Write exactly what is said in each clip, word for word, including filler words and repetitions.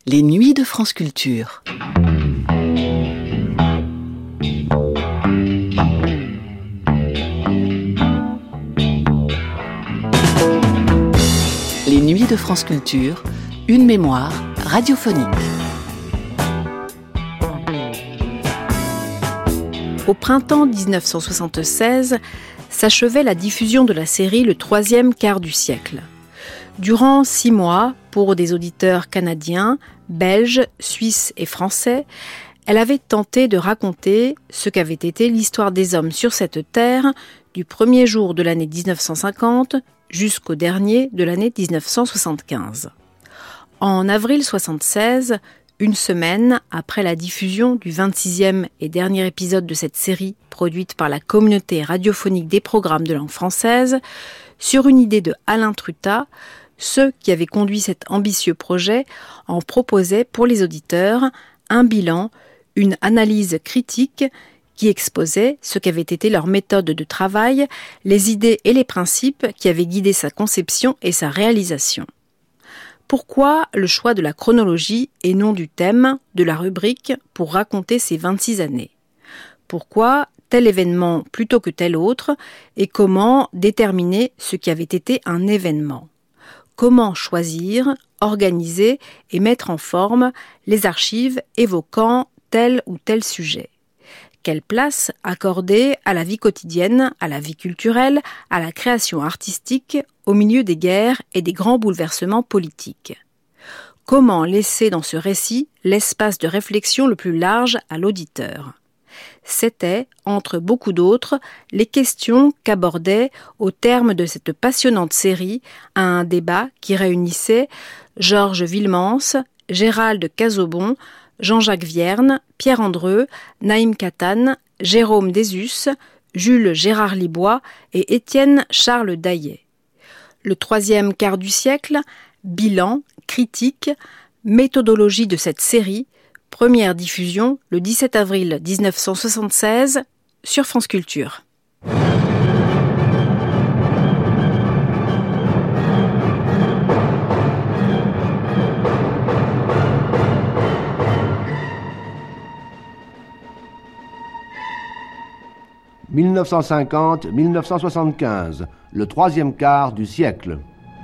Les nuits de France Culture. Les nuits de France Culture, une mémoire radiophonique. Au printemps dix-neuf cent soixante-seize, s'achevait la diffusion de la série Le troisième quart du siècle. Durant six mois, pour des auditeurs canadiens, belges, suisses et français, elle avait tenté de raconter ce qu'avait été l'histoire des hommes sur cette terre du premier jour de l'année dix-neuf cent cinquante jusqu'au dernier de l'année dix-neuf cent soixante-quinze. En avril soixante-seize, une semaine après la diffusion du vingt-sixième et dernier épisode de cette série produite par la communauté radiophonique des programmes de langue française, sur une idée de Alain Trutat, ceux qui avaient conduit cet ambitieux projet en proposaient pour les auditeurs un bilan, une analyse critique qui exposait ce qu'avait été leur méthode de travail, les idées et les principes qui avaient guidé sa conception et sa réalisation. Pourquoi le choix de la chronologie et non du thème, de la rubrique, pour raconter ces vingt-six années ? Pourquoi tel événement plutôt que tel autre, et comment déterminer ce qui avait été un événement ? Comment choisir, organiser et mettre en forme les archives évoquant tel ou tel sujet ? Quelle place accorder à la vie quotidienne, à la vie culturelle, à la création artistique, au milieu des guerres et des grands bouleversements politiques ? Comment laisser dans ce récit l'espace de réflexion le plus large à l'auditeur ? C'était, entre beaucoup d'autres, les questions qu'abordait, au terme de cette passionnante série, un débat qui réunissait Georges Willemans, Gérald Cazobon, Jean-Jacques Vierne, Pierre Andreu, Naïm Katane, Jérôme Desus, Jules Gérard Libois et Étienne Charles Daillet. Le troisième quart du siècle, bilan, critique, méthodologie de cette série, première diffusion le dix-sept avril dix-neuf cent soixante-seize sur France Culture. dix-neuf cent cinquante à dix-neuf cent soixante-quinze, le troisième quart du siècle.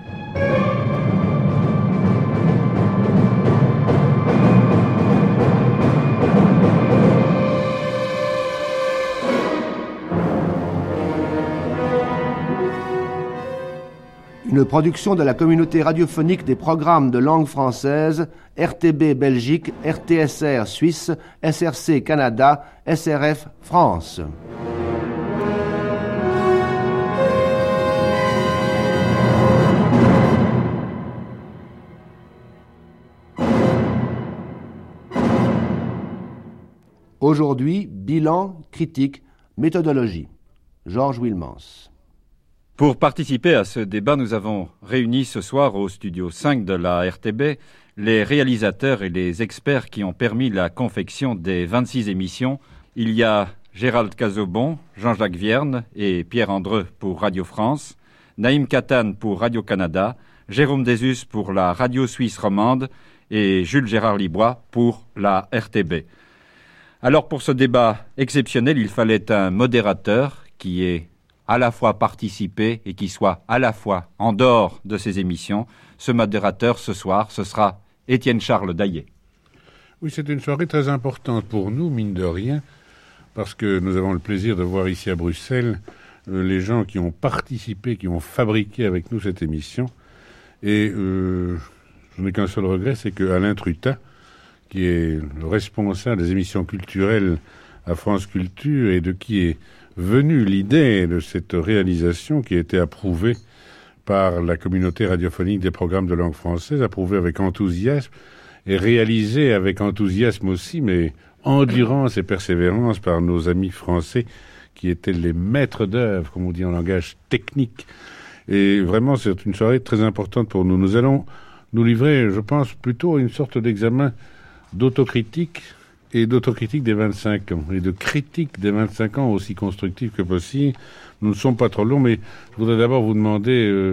Une production de la communauté radiophonique des programmes de langue française, R T B Belgique, R T S R Suisse, S R C Canada, S R F France. Aujourd'hui, bilan, critique, méthodologie. Georges Willemans. Pour participer à ce débat, nous avons réuni ce soir au studio cinq de la R T B les réalisateurs et les experts qui ont permis la confection des vingt-six émissions. Il y a Gérald Cazobon, Jean-Jacques Vierne et Pierre Andreu pour Radio France, Naïm Katane pour Radio-Canada, Jérôme Desus pour la Radio Suisse romande et Jules Gérard Libois pour la R T B. Alors pour ce débat exceptionnel, il fallait un modérateur qui ait à la fois participé et qui soit à la fois en dehors de ces émissions. Ce modérateur ce soir, ce sera Étienne Charles Daillet. Oui, c'est une soirée très importante pour nous, mine de rien, parce que nous avons le plaisir de voir ici à Bruxelles euh, les gens qui ont participé, qui ont fabriqué avec nous cette émission. Et euh, je n'ai qu'un seul regret, c'est que Alain Trutat, qui est le responsable des émissions culturelles à France Culture et de qui est venue l'idée de cette réalisation qui a été approuvée par la communauté radiophonique des programmes de langue française, approuvée avec enthousiasme et réalisée avec enthousiasme aussi, mais endurance et persévérance par nos amis français qui étaient les maîtres d'œuvre, comme on dit en langage technique. Et vraiment, c'est une soirée très importante pour nous. Nous allons nous livrer, je pense, plutôt à une sorte d'examen d'autocritique et d'autocritique des vingt-cinq ans, et de critique des vingt-cinq ans aussi constructive que possible. Nous ne sommes pas trop longs, mais je voudrais d'abord vous demander, euh,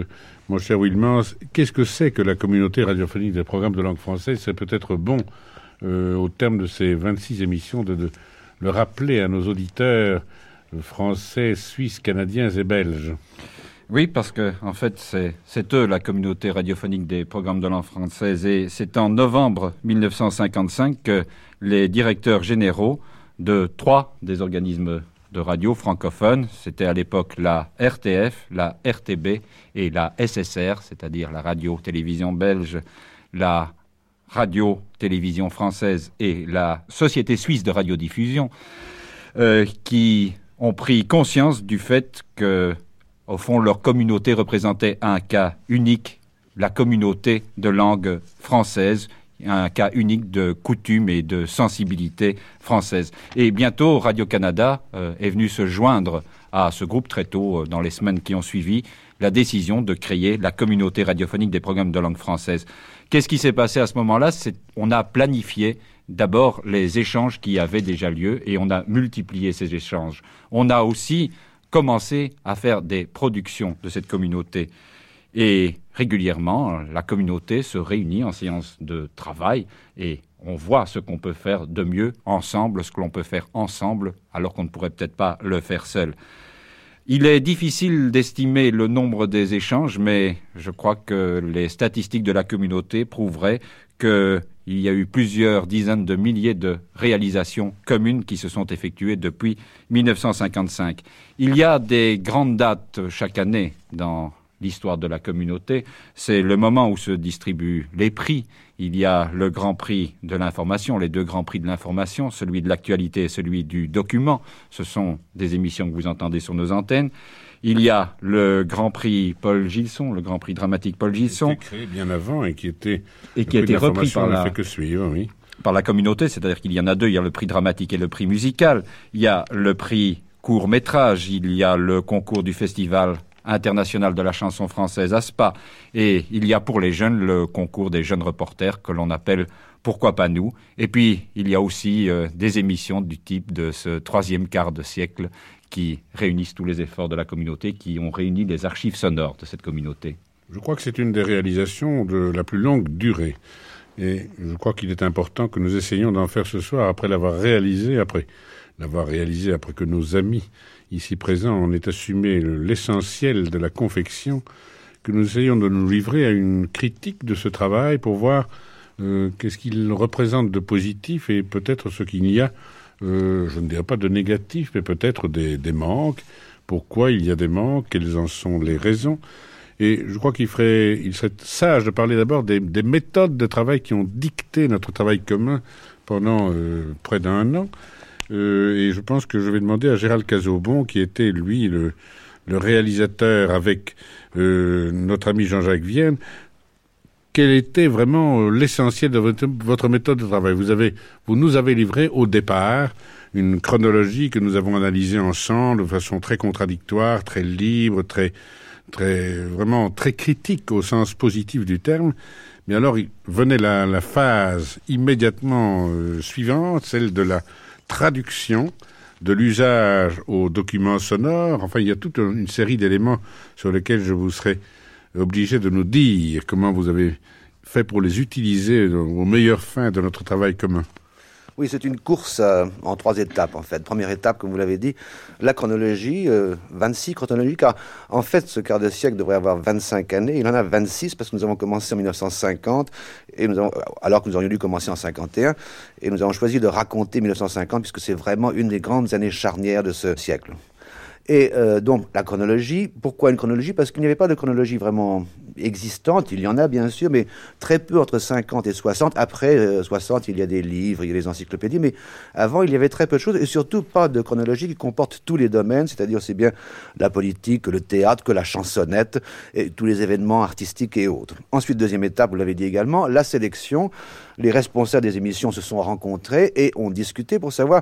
mon cher Wilmans, qu'est-ce que c'est que la communauté radiophonique des programmes de langue française? C'est peut-être bon, euh, au terme de ces vingt-six émissions, de, de le rappeler à nos auditeurs français, suisses, canadiens et belges. Oui, parce que en fait, c'est, c'est eux, la communauté radiophonique des programmes de langue française. Et c'est en novembre mille neuf cent cinquante-cinq que les directeurs généraux de trois des organismes de radio francophones, c'était à l'époque la R T F, la R T B et la S S R, c'est-à-dire la radio-télévision belge, la radio-télévision française et la Société suisse de radiodiffusion, euh, qui ont pris conscience du fait que, au fond, leur communauté représentait un cas unique, la communauté de langue française, un cas unique de coutume et de sensibilité française. Et bientôt, Radio-Canada euh, est venu se joindre à ce groupe très tôt, euh, dans les semaines qui ont suivi, la décision de créer la communauté radiophonique des programmes de langue française. Qu'est-ce qui s'est passé à ce moment-là? C'est, on a planifié d'abord les échanges qui avaient déjà lieu et on a multiplié ces échanges. On a aussi commencé à faire des productions de cette communauté. Et régulièrement, la communauté se réunit en séance de travail et on voit ce qu'on peut faire de mieux ensemble, ce que l'on peut faire ensemble, alors qu'on ne pourrait peut-être pas le faire seul. Il est difficile d'estimer le nombre des échanges, mais je crois que les statistiques de la communauté prouveraient qu'il y a eu plusieurs dizaines de milliers de réalisations communes qui se sont effectuées depuis mille neuf cent cinquante-cinq. Il y a des grandes dates chaque année dans l'histoire de la communauté. C'est le moment où se distribuent les prix. Il y a le Grand Prix de l'information, les deux Grands Prix de l'information, celui de l'actualité et celui du document. Ce sont des émissions que vous entendez sur nos antennes. Il y a le Grand Prix Paul Gilson, le Grand Prix dramatique Paul Gilson. Qui a été créé bien avant et qui était, et qui a été repris par la, fait que suivre, oui. par la communauté. C'est-à-dire qu'il y en a deux. Il y a le prix dramatique et le prix musical. Il y a le prix court-métrage. Il y a le concours du festival international de la chanson française à Spa. Et il y a pour les jeunes le concours des jeunes reporters que l'on appelle Pourquoi pas nous. Et puis il y a aussi euh, des émissions du type de ce troisième quart de siècle qui réunissent tous les efforts de la communauté, qui ont réuni les archives sonores de cette communauté. Je crois que c'est une des réalisations de la plus longue durée. Et je crois qu'il est important que nous essayions d'en faire ce soir après l'avoir réalisé, après l'avoir réalisé après que nos amis ici présents en aient assumé l'essentiel de la confection, que nous essayons de nous livrer à une critique de ce travail pour voir euh, qu'est-ce qu'il représente de positif et peut-être ce qu'il y a, euh, je ne dirais pas de négatif, mais peut-être des, des manques. Pourquoi il y a des manques? Quelles en sont les raisons? Et je crois qu'il ferait, il serait sage de parler d'abord des, des méthodes de travail qui ont dicté notre travail commun pendant euh, près d'un an. Euh, et je pense que je vais demander à Gérald Cazobon, qui était, lui, le, le réalisateur avec euh, notre ami Jean-Jacques Vienne, quel était vraiment euh, l'essentiel de votre, votre méthode de travail. Vous avez, vous nous avez livré au départ une chronologie que nous avons analysée ensemble de façon très contradictoire, très libre, très, très, vraiment très critique au sens positif du terme. Mais alors, il venait la, la phase immédiatement euh, suivante, celle de la traduction, de l'usage aux documents sonores. Enfin, il y a toute une série d'éléments sur lesquels je vous serai obligé de nous dire comment vous avez fait pour les utiliser aux meilleures fins de notre travail commun. Oui, c'est une course euh, en trois étapes, en fait. Première étape, comme vous l'avez dit, la chronologie, euh, vingt-six chronologies, car en fait, ce quart de siècle devrait avoir vingt-cinq années. Il en a vingt-six parce que nous avons commencé en mille neuf cent cinquante, et nous avons, alors que nous aurions dû commencer en cinquante et un, et nous avons choisi de raconter mille neuf cent cinquante puisque c'est vraiment une des grandes années charnières de ce siècle. Et euh, donc, la chronologie, pourquoi une chronologie? Parce qu'il n'y avait pas de chronologie vraiment existante, il y en a bien sûr, mais très peu entre cinquante et soixante. Après euh, soixante, il y a des livres, il y a des encyclopédies, mais avant, il y avait très peu de choses, et surtout pas de chronologie qui comporte tous les domaines, c'est-à-dire aussi bien la politique que le théâtre, que la chansonnette, et tous les événements artistiques et autres. Ensuite, deuxième étape, vous l'avez dit également, la sélection. Les responsables des émissions se sont rencontrés et ont discuté pour savoir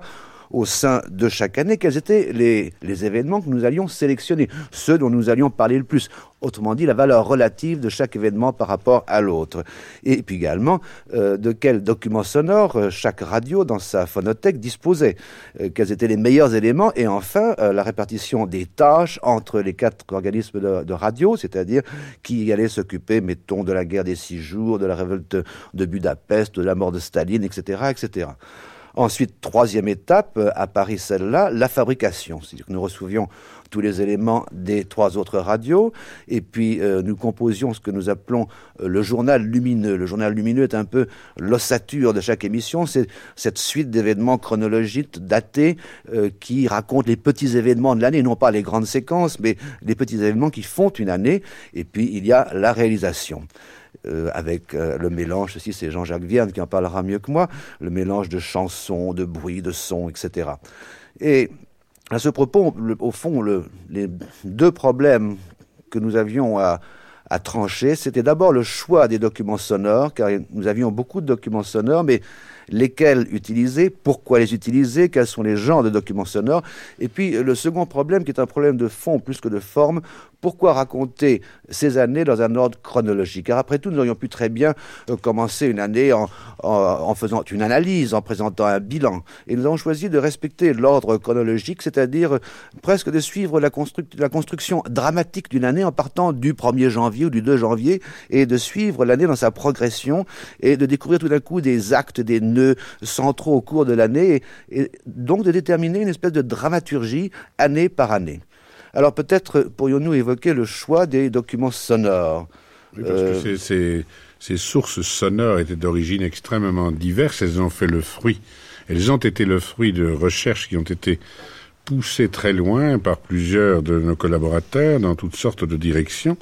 au sein de chaque année quels étaient les, les événements que nous allions sélectionner, ceux dont nous allions parler le plus. Autrement dit, la valeur relative de chaque événement par rapport à l'autre. Et puis également, euh, de quels documents sonores euh, chaque radio dans sa phonothèque disposait. Euh, quels étaient les meilleurs éléments. Et enfin, euh, la répartition des tâches entre les quatre organismes de, de radio, c'est-à-dire qui allait s'occuper, mettons, de la guerre des six jours, de la révolte de Budapest, de la mort de Staline, et cetera, et cetera. Ensuite, troisième étape, à Paris celle-là, la fabrication. C'est-à-dire que nous recevions tous les éléments des trois autres radios, et puis euh, nous composions ce que nous appelons euh, le journal lumineux. Le journal lumineux est un peu l'ossature de chaque émission, c'est cette suite d'événements chronologiques datés euh, qui racontent les petits événements de l'année, non pas les grandes séquences, mais les petits événements qui font une année, et puis il y a la réalisation. Euh, avec euh, le mélange, ceci c'est Jean-Jacques Vierne qui en parlera mieux que moi, le mélange de chansons, de bruits, de sons, et cetera. Et à ce propos, le, au fond, le, les deux problèmes que nous avions à, à trancher, c'était d'abord le choix des documents sonores, car nous avions beaucoup de documents sonores, mais lesquels utiliser, pourquoi les utiliser, quels sont les genres de documents sonores. Et puis le second problème, qui est un problème de fond plus que de forme, pourquoi raconter ces années dans un ordre chronologique? Car après tout, nous aurions pu très bien euh, commencer une année en, en, en faisant une analyse, en présentant un bilan. Et nous avons choisi de respecter l'ordre chronologique, c'est-à-dire euh, presque de suivre la, constru- la construction dramatique d'une année en partant du premier janvier ou du deux janvier, et de suivre l'année dans sa progression, et de découvrir tout d'un coup des actes, des nœuds centraux au cours de l'année, et, et donc de déterminer une espèce de dramaturgie année par année. Alors peut-être pourrions-nous évoquer le choix des documents sonores. Oui, parce euh... que ces, ces, ces sources sonores étaient d'origine extrêmement diverse. Elles ont fait le fruit. Elles ont été le fruit de recherches qui ont été poussées très loin par plusieurs de nos collaborateurs dans toutes sortes de directions.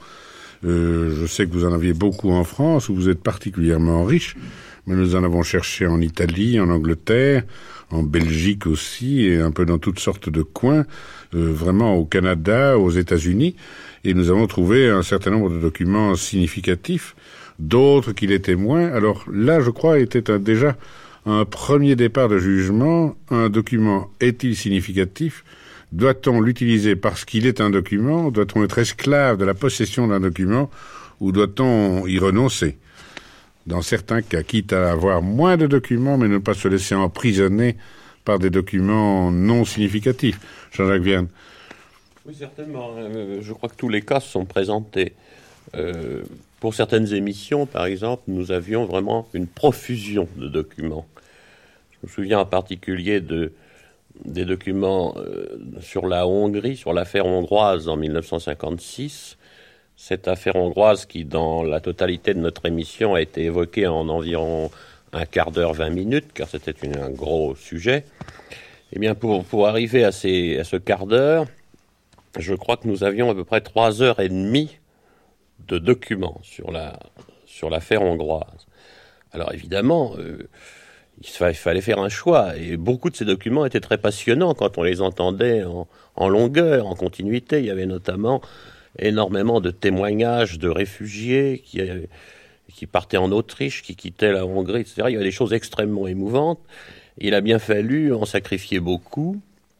Euh, je sais que vous en aviez beaucoup en France, où vous êtes particulièrement riche, mais nous en avons cherché en Italie, en Angleterre, en Belgique aussi, et un peu dans toutes sortes de coins, euh, vraiment au Canada, aux États-Unis, et nous avons trouvé un certain nombre de documents significatifs, d'autres qui l'étaient moins. Alors là, je crois, était un, déjà un premier départ de jugement. Un document est-il significatif? Doit-on l'utiliser parce qu'il est un document? Doit-on être esclave de la possession d'un document? Ou doit-on y renoncer? Dans certains cas, quitte à avoir moins de documents, mais ne pas se laisser emprisonner par des documents non significatifs. Jean-Jacques Vierne. Oui, certainement. Je crois que tous les cas se sont présentés. Euh, pour certaines émissions, par exemple, nous avions vraiment une profusion de documents. Je me souviens en particulier de, des documents euh, sur la Hongrie, sur l'affaire hongroise en mille neuf cent cinquante-six. Cette affaire hongroise qui, dans la totalité de notre émission, a été évoquée en environ un quart d'heure, vingt minutes, car c'était une, un gros sujet. Eh bien, pour, pour arriver à, ces, à ce quart d'heure, je crois que nous avions à peu près trois heures et demie de documents sur, la, sur l'affaire hongroise. Alors évidemment, euh, il, fa- il fallait faire un choix, et beaucoup de ces documents étaient très passionnants quand on les entendait en, en longueur, en continuité. Il y avait notamment énormément de témoignages de réfugiés qui, qui partaient en Autriche, qui quittaient la Hongrie, et cetera. Il y avait des choses extrêmement émouvantes. Il a bien fallu en sacrifier beaucoup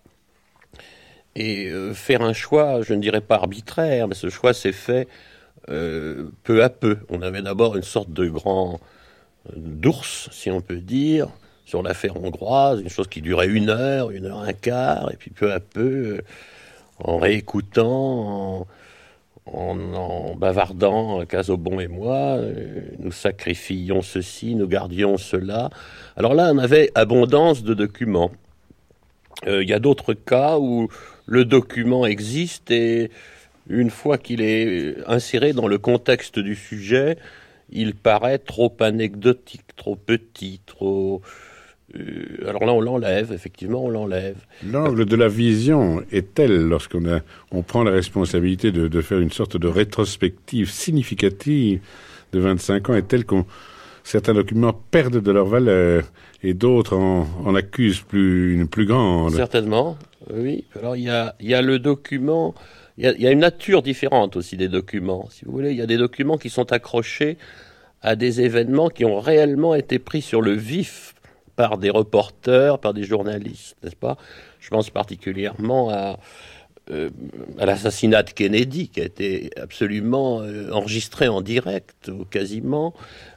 et euh, faire un choix, je ne dirais pas arbitraire, mais ce choix s'est fait euh, peu à peu. On avait d'abord une sorte de grand euh, d'ours, si on peut dire, sur l'affaire hongroise, une chose qui durait une heure, une heure un quart, et puis peu à peu, euh, en réécoutant, en En, en bavardant, Casaubon et moi, euh, nous sacrifions ceci, nous gardions cela. Alors là, on avait abondance de documents. Il euh, y a d'autres cas où le document existe et une fois qu'il est inséré dans le contexte du sujet, il paraît trop anecdotique, trop petit, trop... Euh, alors là, on l'enlève, effectivement, on l'enlève. L'angle de la vision est tel, lorsqu'on a, on prend la responsabilité de, de faire une sorte de rétrospective significative de vingt-cinq ans, est tel qu'on certains documents perdent de leur valeur et d'autres en, en accusent plus, une plus grande. Certainement, oui. Alors il y a, il y a le document, il y a, il y a une nature différente aussi des documents, si vous voulez. Il y a des documents qui sont accrochés à des événements qui ont réellement été pris sur le vif par des reporters, par des journalistes, n'est-ce pas? Je pense particulièrement à, euh, à l'assassinat de Kennedy, qui a été absolument euh, enregistré en direct, ou quasiment.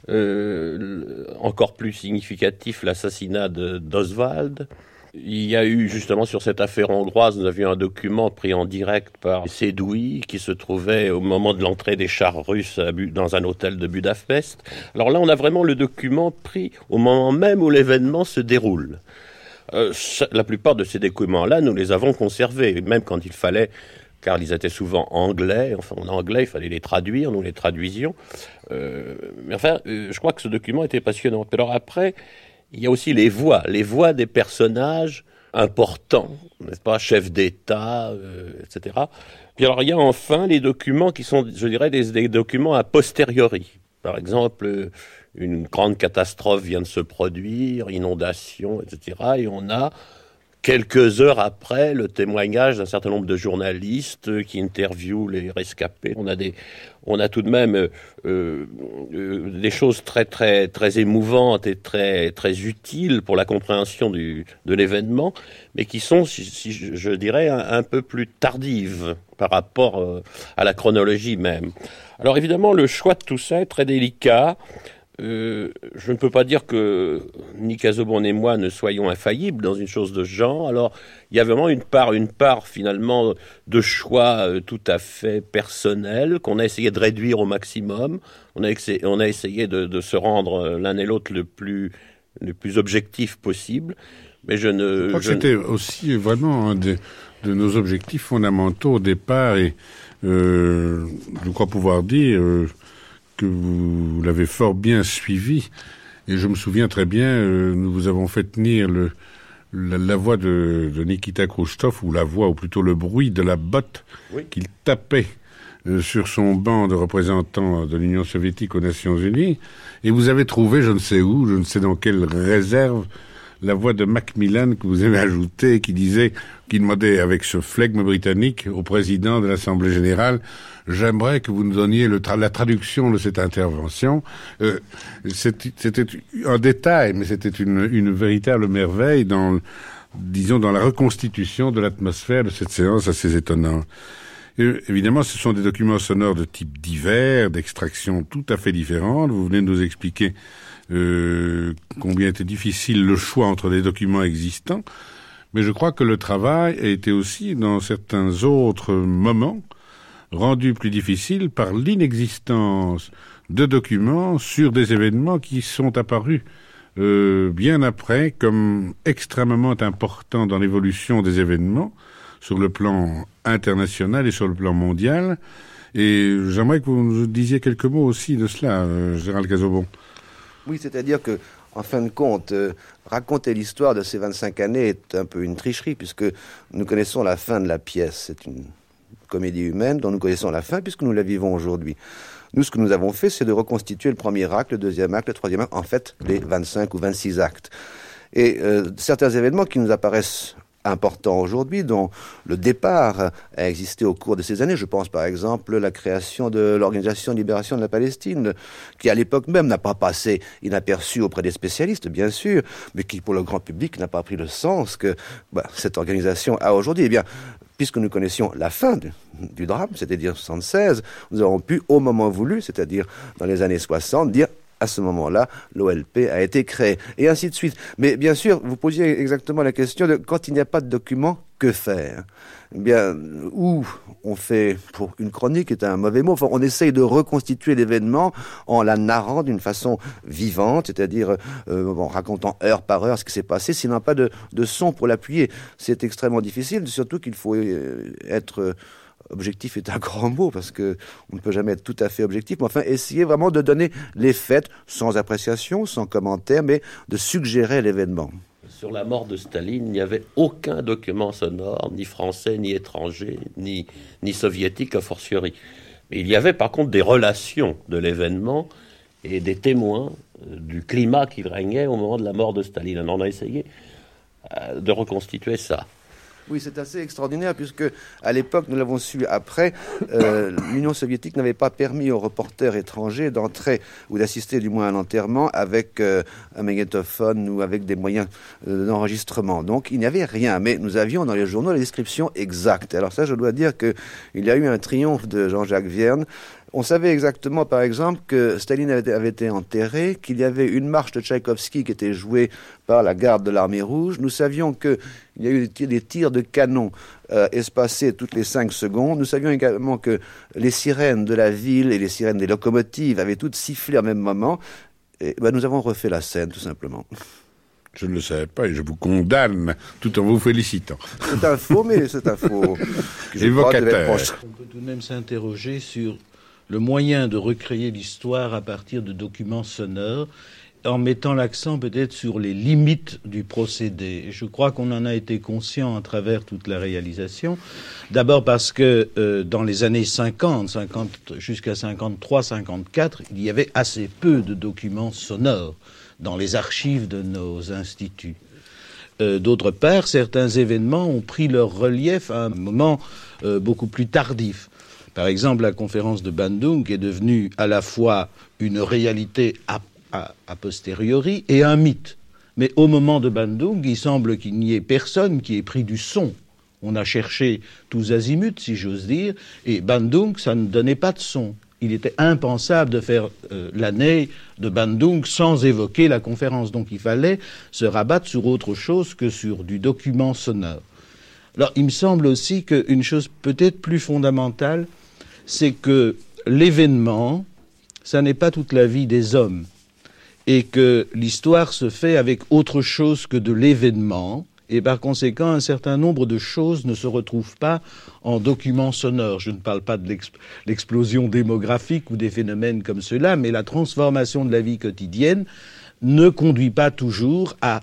Euh, encore plus significatif, l'assassinat de, d'Oswald. Il y a eu justement sur cette affaire hongroise, nous avions un document pris en direct par Sédoui qui se trouvait au moment de l'entrée des chars russes à Bu- dans un hôtel de Budapest. Alors là, on a vraiment le document pris au moment même où l'événement se déroule. Euh, la plupart de ces documents-là, nous les avons conservés, même quand il fallait, car ils étaient souvent anglais, enfin en anglais, il fallait les traduire, nous les traduisions. Euh, mais enfin, euh, je crois que ce document était passionnant. Alors après, il y a aussi les voix, les voix des personnages importants, n'est-ce pas, chefs d'État, euh, et cetera. Puis alors il y a enfin les documents qui sont, je dirais, des, des documents a posteriori. Par exemple, une grande catastrophe vient de se produire, inondation, et cetera. Et on a, quelques heures après, le témoignage d'un certain nombre de journalistes qui interviewent les rescapés. On a des, on a tout de même euh, euh, des choses très très très émouvantes et très très utiles pour la compréhension du, de l'événement, mais qui sont, si, si je, je dirais, un, un peu plus tardives par rapport euh, à la chronologie même. Alors évidemment, le choix de tout ça est très délicat. Euh, je ne peux pas dire que ni Casaubon ni moi ne soyons infaillibles dans une chose de ce genre. Alors, il y a vraiment une part, une part finalement de choix euh, tout à fait personnel qu'on a essayé de réduire au maximum. On a, essayé, on a essayé de, de se rendre euh, l'un et l'autre le plus, le plus objectif possible. Mais je ne. Je crois je que c'était ne... aussi vraiment un de, de nos objectifs fondamentaux au départ, et euh, je crois pouvoir dire. Euh, que vous l'avez fort bien suivi, et je me souviens très bien, euh, nous vous avons fait tenir le, la, la voix de, de Nikita Khrouchtchev, ou la voix, ou plutôt le bruit de la botte oui. qu'il tapait euh, sur son banc de représentants de l'Union soviétique aux Nations Unies, et vous avez trouvé, je ne sais où, je ne sais dans quelle réserve, la voix de Macmillan que vous avez ajoutée, qui disait, qui demandait avec ce flegme britannique au président de l'Assemblée générale: j'aimerais que vous nous donniez le tra- la traduction de cette intervention. Euh, c'était, c'était un détail, mais c'était une, une véritable merveille dans, disons, dans la reconstitution de l'atmosphère de cette séance assez étonnante. Et, évidemment, ce sont des documents sonores de type divers, d'extraction tout à fait différente. Vous venez de nous expliquer euh, combien était difficile le choix entre les documents existants. Mais je crois que le travail a été aussi, dans certains autres moments, rendu plus difficile par l'inexistence de documents sur des événements qui sont apparus euh, bien après comme extrêmement importants dans l'évolution des événements sur le plan international et sur le plan mondial. Et j'aimerais que vous nous disiez quelques mots aussi de cela, euh, Gérald Casaubon. Oui, c'est-à-dire que, en fin de compte, euh, raconter l'histoire de ces vingt-cinq années est un peu une tricherie, puisque nous connaissons la fin de la pièce. C'est une comédie humaine dont nous connaissons la fin, puisque nous la vivons aujourd'hui. Nous, ce que nous avons fait, c'est de reconstituer le premier acte, le deuxième acte, le troisième acte, en fait, les vingt-cinq ou vingt-six actes. Et euh, certains événements qui nous apparaissent importants aujourd'hui, dont le départ a existé au cours de ces années. Je pense par exemple à la création de l'Organisation de libération de la Palestine, qui à l'époque même n'a pas passé inaperçu auprès des spécialistes, bien sûr, mais qui pour le grand public n'a pas pris le sens que bah, cette organisation a aujourd'hui. Eh bien, puisque nous connaissions la fin du, du drame, c'est-à-dire soixante-seize, nous avons pu, au moment voulu, c'est-à-dire dans les années soixante, dire à ce moment-là, l'O L P a été créé, et ainsi de suite. Mais bien sûr, vous posiez exactement la question de quand il n'y a pas de document, que faire ? Eh bien, ou on fait, pour une chronique est un mauvais mot, enfin, on essaye de reconstituer l'événement en la narrant d'une façon vivante, c'est-à-dire euh, en racontant heure par heure ce qui s'est passé, s'il n'y a pas de, de son pour l'appuyer. C'est extrêmement difficile, surtout qu'il faut être... Objectif est un grand mot, parce que on ne peut jamais être tout à fait objectif, mais enfin, essayer vraiment de donner les faits, sans appréciation, sans commentaire, mais de suggérer l'événement. Sur la mort de Staline, il n'y avait aucun document sonore, ni français, ni étranger, ni, ni soviétique, a fortiori. Mais il y avait par contre des relations de l'événement et des témoins du climat qui régnait au moment de la mort de Staline. On a essayé de reconstituer ça. Oui, c'est assez extraordinaire puisque à l'époque, nous l'avons su après, euh, l'Union soviétique n'avait pas permis aux reporters étrangers d'entrer ou d'assister du moins à l'enterrement avec euh, un magnétophone ou avec des moyens euh, d'enregistrement. Donc il n'y avait rien, mais nous avions dans les journaux la description exacte. Alors ça, je dois dire qu'il y a eu un triomphe de Jean-Jacques Vierne. On savait exactement, par exemple, que Staline avait, avait été enterré, qu'il y avait une marche de Tchaïkovski qui était jouée par la garde de l'armée rouge. Nous savions qu'il y a eu des tirs, des tirs de canon euh, espacés toutes les cinq secondes. Nous savions également que les sirènes de la ville et les sirènes des locomotives avaient toutes sifflé au même moment. Et ben, nous avons refait la scène, tout simplement. Je ne le savais pas et je vous condamne tout en vous félicitant. C'est un faux, mais c'est un faux évocateur. On peut tout de même s'interroger sur le moyen de recréer l'histoire à partir de documents sonores, en mettant l'accent peut-être sur les limites du procédé. Je crois qu'on en a été conscient à travers toute la réalisation. D'abord parce que euh, dans les années cinquante, cinquante jusqu'à cinquante-trois, cinquante-quatre, il y avait assez peu de documents sonores dans les archives de nos instituts. Euh, d'autre part, certains événements ont pris leur relief à un moment euh, beaucoup plus tardif. Par exemple, la conférence de Bandung est devenue à la fois une réalité a, a, a posteriori et un mythe. Mais au moment de Bandung, il semble qu'il n'y ait personne qui ait pris du son. On a cherché tous azimuts, si j'ose dire, et Bandung, ça ne donnait pas de son. Il était impensable de faire euh, l'année de Bandung sans évoquer la conférence. Donc il fallait se rabattre sur autre chose que sur du document sonore. Alors il me semble aussi qu'une chose peut-être plus fondamentale, c'est que l'événement, ça n'est pas toute la vie des hommes, et que l'histoire se fait avec autre chose que de l'événement, et par conséquent, un certain nombre de choses ne se retrouvent pas en documents sonores. Je ne parle pas de l'ex- l'explosion démographique ou des phénomènes comme cela, mais la transformation de la vie quotidienne ne conduit pas toujours à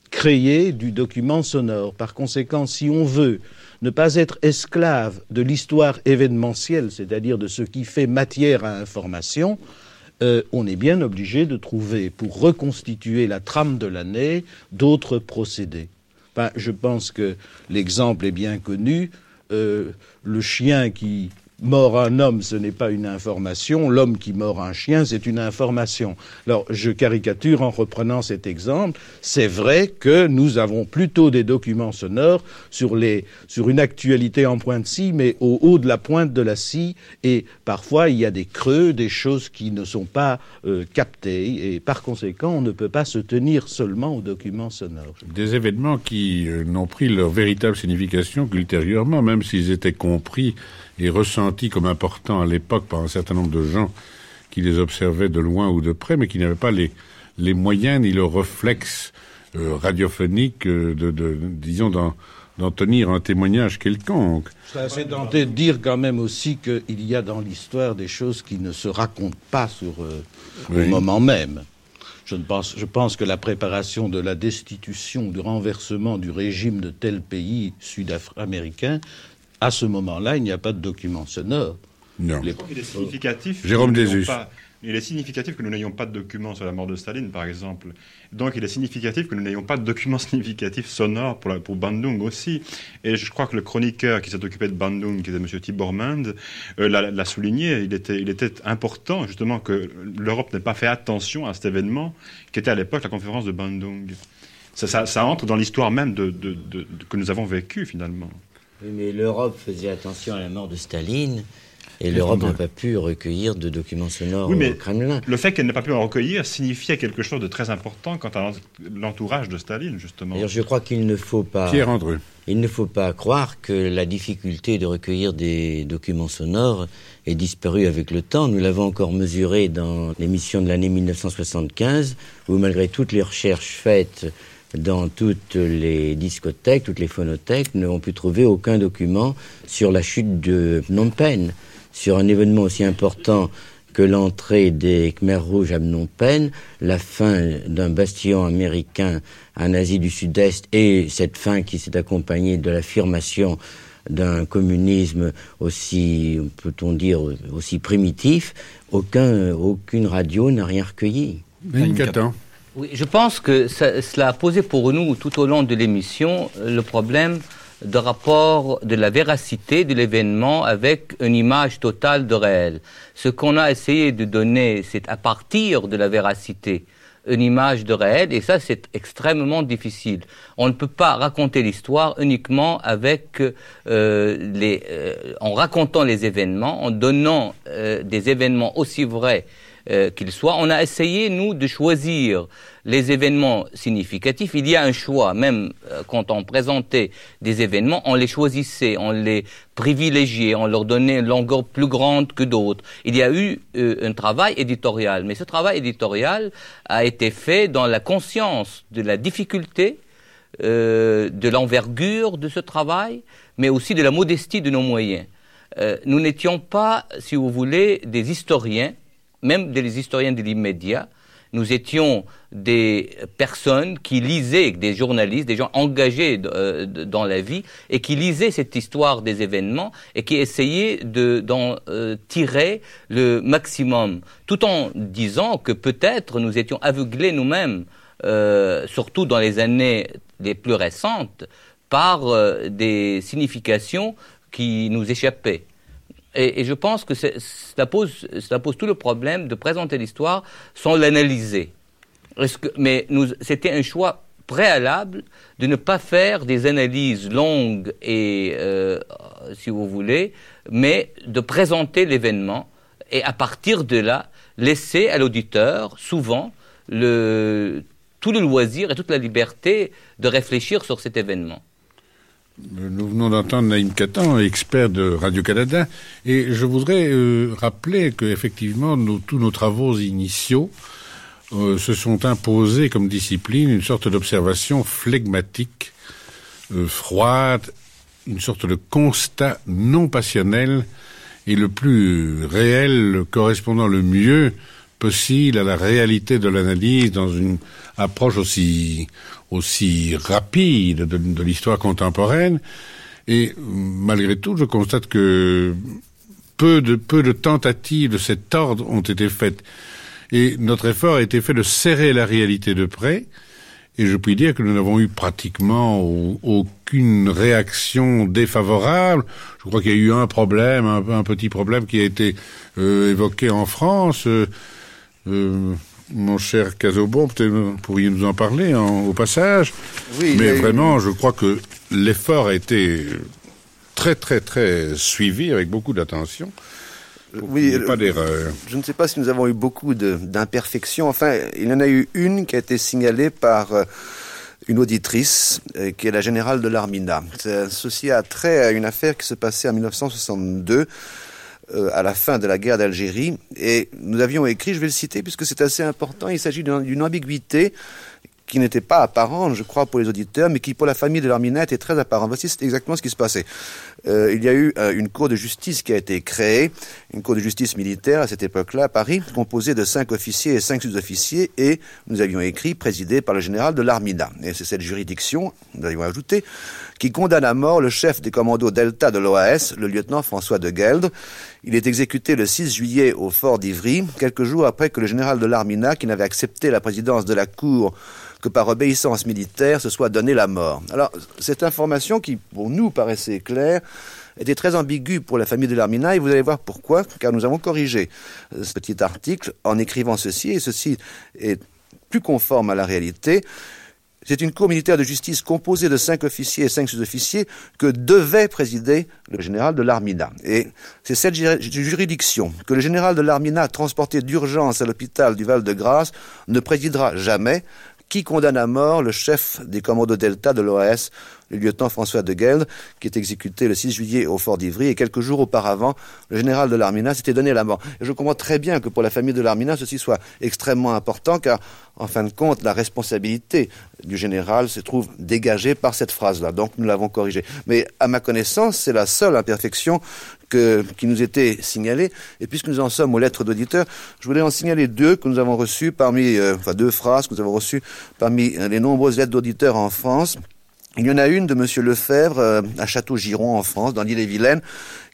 créer du document sonore. Par conséquent, si on veut ne pas être esclave de l'histoire événementielle, c'est-à-dire de ce qui fait matière à information, euh, on est bien obligé de trouver, pour reconstituer la trame de l'année, d'autres procédés. Enfin, je pense que l'exemple est bien connu. Euh, le chien qui mord un homme, ce n'est pas une information. L'homme qui mord un chien, c'est une information. Alors, je caricature en reprenant cet exemple. C'est vrai que nous avons plutôt des documents sonores sur, les, sur une actualité en point de scie, mais au haut de la pointe de la scie. Et parfois, il y a des creux, des choses qui ne sont pas euh, captées. Et par conséquent, on ne peut pas se tenir seulement aux documents sonores. Des événements qui euh, n'ont pris leur véritable signification qu'ultérieurement, même s'ils étaient compris et ressentis comme importants à l'époque par un certain nombre de gens qui les observaient de loin ou de près, mais qui n'avaient pas les, les moyens ni le réflexe euh, radiophonique euh, de, de, disons, d'en, d'en tenir un témoignage quelconque. Je serais assez tenté de dire quand même aussi qu'il y a dans l'histoire des choses qui ne se racontent pas sur, euh, oui. au moment même. Je, ne pense, je pense que la préparation de la destitution, du renversement du régime de tel pays sud-américain, à ce moment-là, il n'y a pas de document sonore. Non. Les... Il est significatif. Jérôme Désus. Pas... Il est significatif que nous n'ayons pas de documents sur la mort de Staline, par exemple. Donc, il est significatif que nous n'ayons pas de documents significatifs sonores pour, la... pour Bandung aussi. Et je crois que le chroniqueur qui s'est occupé de Bandung, qui était M. Tibor Mund, euh, l'a, l'a souligné. Il était, il était important, justement, que l'Europe n'ait pas fait attention à cet événement, qui était à l'époque la conférence de Bandung. Ça, ça, ça entre dans l'histoire même de, de, de, de, que nous avons vécue, finalement. Oui, mais l'Europe faisait attention à la mort de Staline, et l'Europe n'a pas pu recueillir de documents sonores oui, mais au Kremlin. Le fait qu'elle n'ait pas pu en recueillir signifiait quelque chose de très important quant à l'entourage de Staline, justement. D'ailleurs, je crois qu'il ne faut pas... Pierre Andreu. Il ne faut pas croire que la difficulté de recueillir des documents sonores est disparue avec le temps. Nous l'avons encore mesuré dans l'émission de l'année mille neuf cent soixante-quinze, où malgré toutes les recherches faites dans toutes les discothèques, toutes les phonothèques, n'ont pu trouver aucun document sur la chute de Phnom Penh, sur un événement aussi important que l'entrée des Khmers rouges à Phnom Penh, la fin d'un bastion américain en Asie du Sud-Est, et cette fin qui s'est accompagnée de l'affirmation d'un communisme aussi, peut-on dire, aussi primitif. Aucun, aucune radio n'a rien recueilli. Oui, je pense que ça, cela a posé pour nous, tout au long de l'émission, le problème de rapport de la véracité de l'événement avec une image totale de réel. Ce qu'on a essayé de donner, c'est à partir de la véracité, une image de réel, et ça c'est extrêmement difficile. On ne peut pas raconter l'histoire uniquement avec euh, les, euh, en racontant les événements, en donnant euh, des événements aussi vrais Euh, qu'il soit. On a essayé, nous, de choisir les événements significatifs. Il y a un choix, même euh, quand on présentait des événements, on les choisissait, on les privilégiait, on leur donnait une longueur plus grande que d'autres. Il y a eu euh, un travail éditorial, mais ce travail éditorial a été fait dans la conscience de la difficulté, euh, de l'envergure de ce travail, mais aussi de la modestie de nos moyens. Euh, nous n'étions pas, si vous voulez, des historiens, même des historiens de l'immédiat. Nous étions des personnes qui lisaient, des journalistes, des gens engagés euh, dans la vie, et qui lisaient cette histoire des événements et qui essayaient de, d'en euh, tirer le maximum, tout en disant que peut-être nous étions aveuglés nous-mêmes, euh, surtout dans les années les plus récentes, par euh, des significations qui nous échappaient. Et, et je pense que c'est, ça, pose, ça pose tout le problème de présenter l'histoire sans l'analyser. Est-ce que, mais nous, c'était un choix préalable de ne pas faire des analyses longues et, euh, si vous voulez, mais de présenter l'événement et à partir de là, laisser à l'auditeur, souvent, le, tout le loisir et toute la liberté de réfléchir sur cet événement. Nous venons d'entendre Naïm Katan, expert de Radio-Canada, et je voudrais euh, rappeler qu'effectivement, nos, tous nos travaux initiaux euh, se sont imposés comme discipline une sorte d'observation flegmatique, euh, froide, une sorte de constat non passionnel et le plus réel, correspondant le mieux possible à la réalité de l'analyse dans une approche aussi aussi rapide de, de l'histoire contemporaine. Et malgré tout, je constate que peu de peu de tentatives de cet ordre ont été faites. Et notre effort a été fait de serrer la réalité de près. Et je puis dire que nous n'avons eu pratiquement aucune réaction défavorable. Je crois qu'il y a eu un problème, un, un petit problème qui a été euh, évoqué en France. Euh, euh, mon cher Casaubon, peut-être pourriez nous en parler en, au passage. Oui, mais vraiment, je crois que l'effort a été très, très, très suivi avec beaucoup d'attention. Oui, il n'y a pas d'erreur. Je ne sais pas si nous avons eu beaucoup de, d'imperfections. Enfin, il y en a eu une qui a été signalée par euh, une auditrice, euh, qui est la générale de l'Armina. Ceci a trait à une affaire qui se passait en dix-neuf cent soixante-deux, euh, à la fin de la guerre d'Algérie. Et nous avions écrit, je vais le citer puisque c'est assez important, il s'agit d'une, d'une ambiguïté qui n'était pas apparente, je crois, pour les auditeurs, mais qui, pour la famille de l'Armina, était très apparente. Voici exactement ce qui se passait. Euh, il y a eu euh, une cour de justice qui a été créée, une cour de justice militaire à cette époque-là, à Paris, composée de cinq officiers et cinq sous-officiers, et nous avions écrit, présidée par le général de l'Armina. Et c'est cette juridiction, nous avions ajouté, qui condamne à mort le chef des commandos Delta de l'O A S, le lieutenant François de Gueldre. Il est exécuté le six juillet au fort d'Ivry, quelques jours après que le général de l'Armina, qui n'avait accepté la présidence de la cour que par obéissance militaire se soit donné la mort. Alors, cette information qui, pour nous, paraissait claire, était très ambiguë pour la famille de l'Armina, et vous allez voir pourquoi, car nous avons corrigé ce petit article en écrivant ceci, et ceci est plus conforme à la réalité. C'est une cour militaire de justice composée de cinq officiers et cinq sous-officiers que devait présider le général de l'Armina. Et c'est cette juridiction que le général de l'Armina, transporté d'urgence à l'hôpital du Val-de-Grâce, ne présidera jamais, qui condamne à mort le chef des commandos Delta de l'O A S, le lieutenant François de Gueldre, qui est exécuté le six juillet au fort d'Ivry, et quelques jours auparavant, le général de l'Armina s'était donné la mort. Et je comprends très bien que pour la famille de l'Armina, ceci soit extrêmement important, car, en fin de compte, la responsabilité du général se trouve dégagée par cette phrase-là. Donc, nous l'avons corrigée. Mais, à ma connaissance, c'est la seule imperfection que, qui nous était signalée. Et puisque nous en sommes aux lettres d'auditeurs, je voulais en signaler deux que nous avons reçues parmi, euh, enfin, deux phrases que nous avons reçues parmi les nombreuses lettres d'auditeurs en France. Il y en a une de Monsieur Lefebvre, euh, à Château-Giron, en France, dans l'île-et-Vilaine,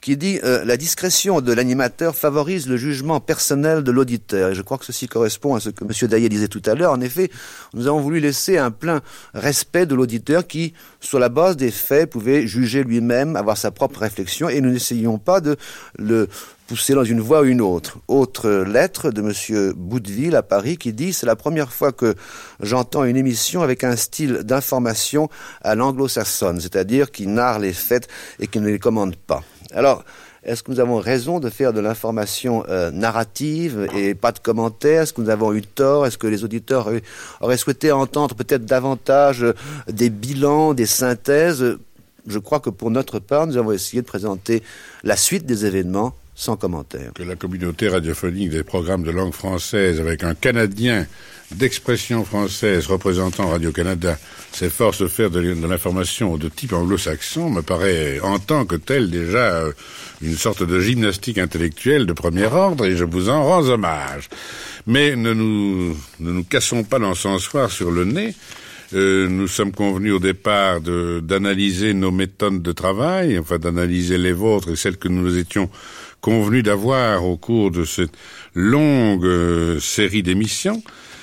qui dit euh, « La discrétion de l'animateur favorise le jugement personnel de l'auditeur ». Et je crois que ceci correspond à ce que M. Daillet disait tout à l'heure. En effet, nous avons voulu laisser un plein respect de l'auditeur qui, sur la base des faits, pouvait juger lui-même, avoir sa propre réflexion, et nous n'essayons pas de le pousser dans une voie ou une autre. Autre lettre de M. Bouteville à Paris qui dit « C'est la première fois que j'entends une émission avec un style d'information à l'anglo-saxonne, c'est-à-dire qui narre les faits et qui ne les commande pas. » Alors, est-ce que nous avons raison de faire de l'information euh, narrative et pas de commentaires? Est-ce que nous avons eu tort? Est-ce que les auditeurs auraient, auraient souhaité entendre peut-être davantage euh, des bilans, des synthèses? Je crois que pour notre part, nous avons essayé de présenter la suite des événements sans commentaire. Que la communauté radiophonique des programmes de langue française, avec un Canadien d'expression française représentant Radio-Canada, s'efforce de faire de, de l'information de type anglo-saxon, me paraît en tant que tel déjà euh, une sorte de gymnastique intellectuelle de premier ordre, et je vous en rends hommage. Mais ne nous, ne nous cassons pas l'encensoir sur le nez. Euh, nous sommes convenus au départ de, d'analyser nos méthodes de travail, enfin d'analyser les vôtres et celles que nous étions convenus d'avoir au cours de cette longue euh, série d'émissions.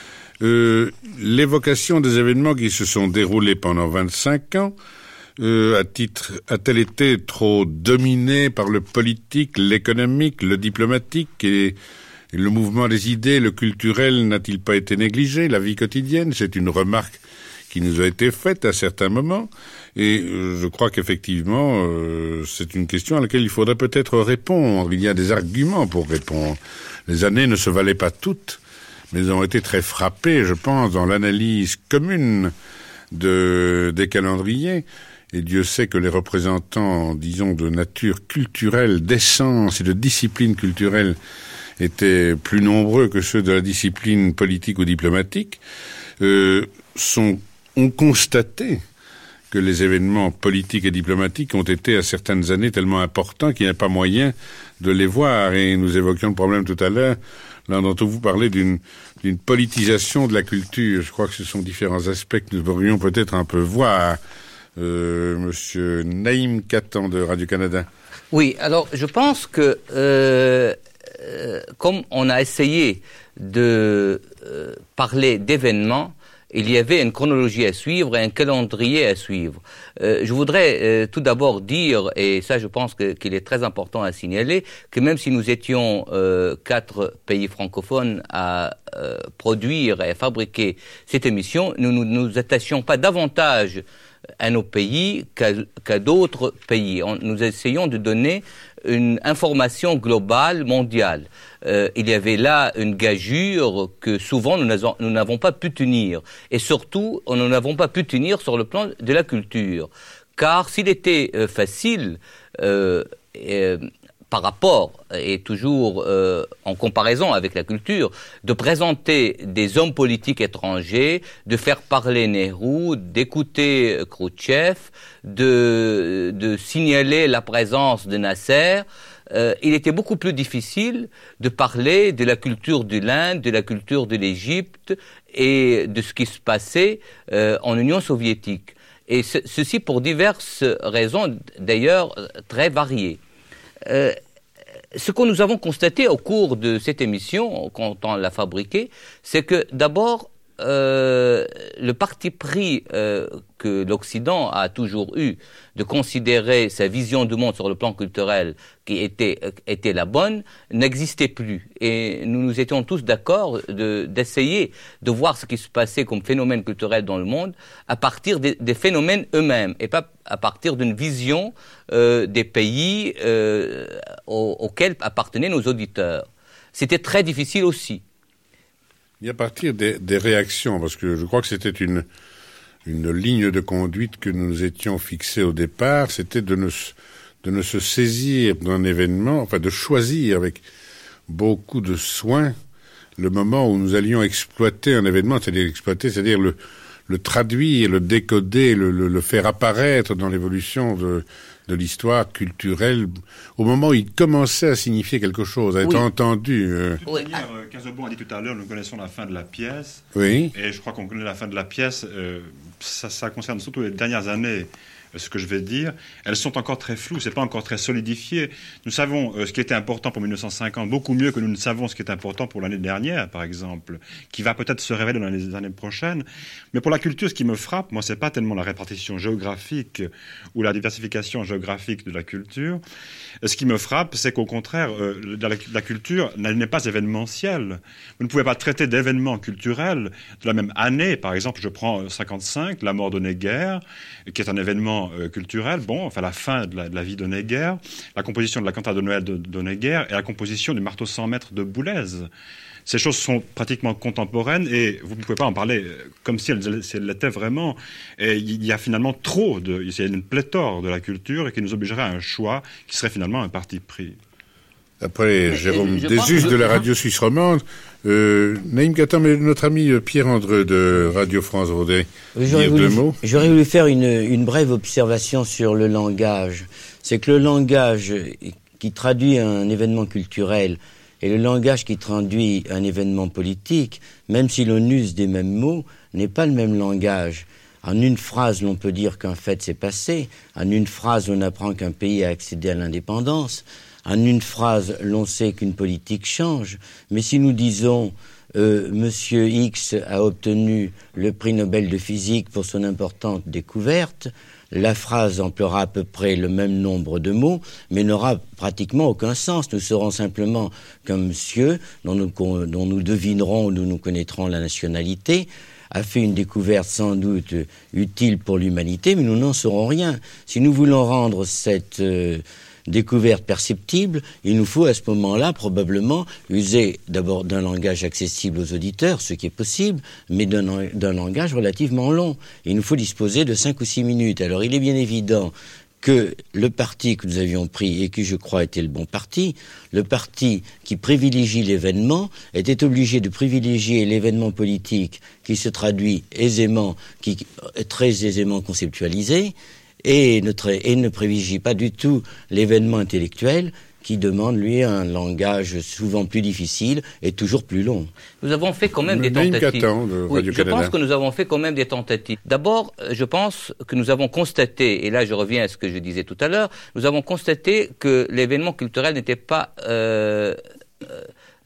Euh, l'évocation des événements qui se sont déroulés pendant vingt-cinq ans, euh, à titre, a-t-elle été trop dominée par le politique, l'économique, le diplomatique et, et le mouvement des idées, le culturel n'a-t-il pas été négligé, la vie quotidienne? C'est une remarque qui nous a été faite à certains moments, et euh, je crois qu'effectivement, euh, c'est une question à laquelle il faudrait peut-être répondre. Il y a des arguments pour répondre. Les années ne se valaient pas toutes, mais elles ont été très frappées, je pense, dans l'analyse commune de, des calendriers. Et Dieu sait que les représentants, disons, de nature culturelle, d'essence et de discipline culturelle étaient plus nombreux que ceux de la discipline politique ou diplomatique, euh, sont ont constaté que les événements politiques et diplomatiques ont été à certaines années tellement importants qu'il n'y a pas moyen de les voir. Et nous évoquions le problème tout à l'heure. L'un d'entre vous parlait d'une, d'une politisation de la culture. Je crois que ce sont différents aspects que nous devrions peut-être un peu voir. Euh, Monsieur Naïm Katan de Radio-Canada. Oui, alors je pense que euh, euh, comme on a essayé de euh, parler d'événements, il y avait une chronologie à suivre et un calendrier à suivre. Euh, je voudrais euh, tout d'abord dire, et ça je pense que, qu'il est très important à signaler, que même si nous étions euh, quatre pays francophones à euh, produire et à fabriquer cette émission, nous ne nous, nous attachions pas davantage à nos pays qu'à, qu'à d'autres pays. On, nous essayons de donner une information globale, mondiale. Euh, il y avait là une gageure que souvent nous n'avons, nous n'avons pas pu tenir. Et surtout, nous n'avons pas pu tenir sur le plan de la culture. Car s'il était euh, facile, euh, euh, par rapport, et toujours euh, en comparaison avec la culture, de présenter des hommes politiques étrangers, de faire parler Nehru, d'écouter Khrouchtchev, de, de signaler la présence de Nasser, euh, il était beaucoup plus difficile de parler de la culture de l'Inde, de la culture de l'Égypte et de ce qui se passait euh, en Union soviétique. Et ce, ceci pour diverses raisons, d'ailleurs, très variées. Euh, ce que nous avons constaté au cours de cette émission, quand on l'a fabriquée, c'est que d'abord, euh, le parti pris euh, que l'Occident a toujours eu de considérer sa vision du monde sur le plan culturel qui était, était la bonne, n'existait plus. Et nous nous étions tous d'accord de, d'essayer de voir ce qui se passait comme phénomène culturel dans le monde à partir des, des phénomènes eux-mêmes et pas à partir d'une vision euh, des pays euh, aux, auxquels appartenaient nos auditeurs. C'était très difficile aussi. Et à partir des, des réactions, parce que je crois que c'était une, une ligne de conduite que nous nous étions fixés au départ, c'était de ne, de ne se saisir d'un événement, enfin de choisir avec beaucoup de soin le moment où nous allions exploiter un événement, c'est-à-dire exploiter, c'est-à-dire le, le traduire, le décoder, le, le, le faire apparaître dans l'évolution de, de l'histoire culturelle, au moment où il commençait à signifier quelque chose, à être oui. entendu. Euh... Oui. Casaubon a dit tout à l'heure, nous connaissons la fin de la pièce. Oui. Et je crois qu'on connaît la fin de la pièce euh, ça, ça concerne surtout les dernières années, ce que je vais dire, elles sont encore très floues, c'est pas encore très solidifié. Nous savons euh, ce qui était important pour mille neuf cent cinquante, beaucoup mieux que nous ne savons ce qui est important pour l'année dernière, par exemple, qui va peut-être se révéler dans les années prochaines. Mais pour la culture, ce qui me frappe, moi, c'est pas tellement la répartition géographique ou la diversification géographique de la culture. Ce qui me frappe, c'est qu'au contraire, euh, la, la culture n'est pas événementielle. Vous ne pouvez pas traiter d'événements culturels de la même année. Par exemple, je prends cinquante-cinq, la mort d'Honegger, qui est un événement Euh, culturel, bon, enfin la fin de la, de la vie d'Honegger, la composition de la cantate de Noël de, d'Honegger et la composition du marteau cent mètres de Boulez. Ces choses sont pratiquement contemporaines et vous ne pouvez pas en parler comme si elles, si elles l'étaient vraiment. Et il y a finalement trop de, il y a une pléthore de la culture et qui nous obligerait à un choix qui serait finalement un parti pris. Après Jérôme Désus de la radio suisse romande, euh, Naïm Katan, mais notre ami Pierre Andreu de Radio France voudrait j'aurais dire voulu, deux mots. J'aurais voulu faire une, une brève observation sur le langage. C'est que le langage qui traduit un événement culturel et le langage qui traduit un événement politique, même si l'on use des mêmes mots, n'est pas le même langage. En une phrase, l'on peut dire qu'un fait s'est passé. En une phrase, on apprend qu'un pays a accédé à l'indépendance. En une phrase, l'on sait qu'une politique change. Mais si nous disons euh, Monsieur X a obtenu le prix Nobel de physique pour son importante découverte, la phrase emploiera à peu près le même nombre de mots, mais n'aura pratiquement aucun sens. Nous saurons simplement qu'un monsieur, dont nous, dont nous devinerons ou nous connaîtrons la nationalité, a fait une découverte sans doute utile pour l'humanité, mais nous n'en saurons rien. Si nous voulons rendre cette euh, découverte perceptible, il nous faut à ce moment-là probablement user d'abord d'un langage accessible aux auditeurs, ce qui est possible, mais d'un, d'un langage relativement long. Il nous faut disposer de cinq ou six minutes. Alors il est bien évident que le parti que nous avions pris et qui, je crois, était le bon parti, le parti qui privilégie l'événement, était obligé de privilégier l'événement politique qui se traduit aisément, qui est très aisément conceptualisé, et ne, tra- et ne privilégie pas du tout l'événement intellectuel qui demande, lui, un langage souvent plus difficile et toujours plus long. Nous avons fait quand même Le des tentatives. Catan, de oui, je Radio-Canada. pense que nous avons fait quand même des tentatives. D'abord, je pense que nous avons constaté, et là je reviens à ce que je disais tout à l'heure, nous avons constaté que l'événement culturel n'était pas euh, euh,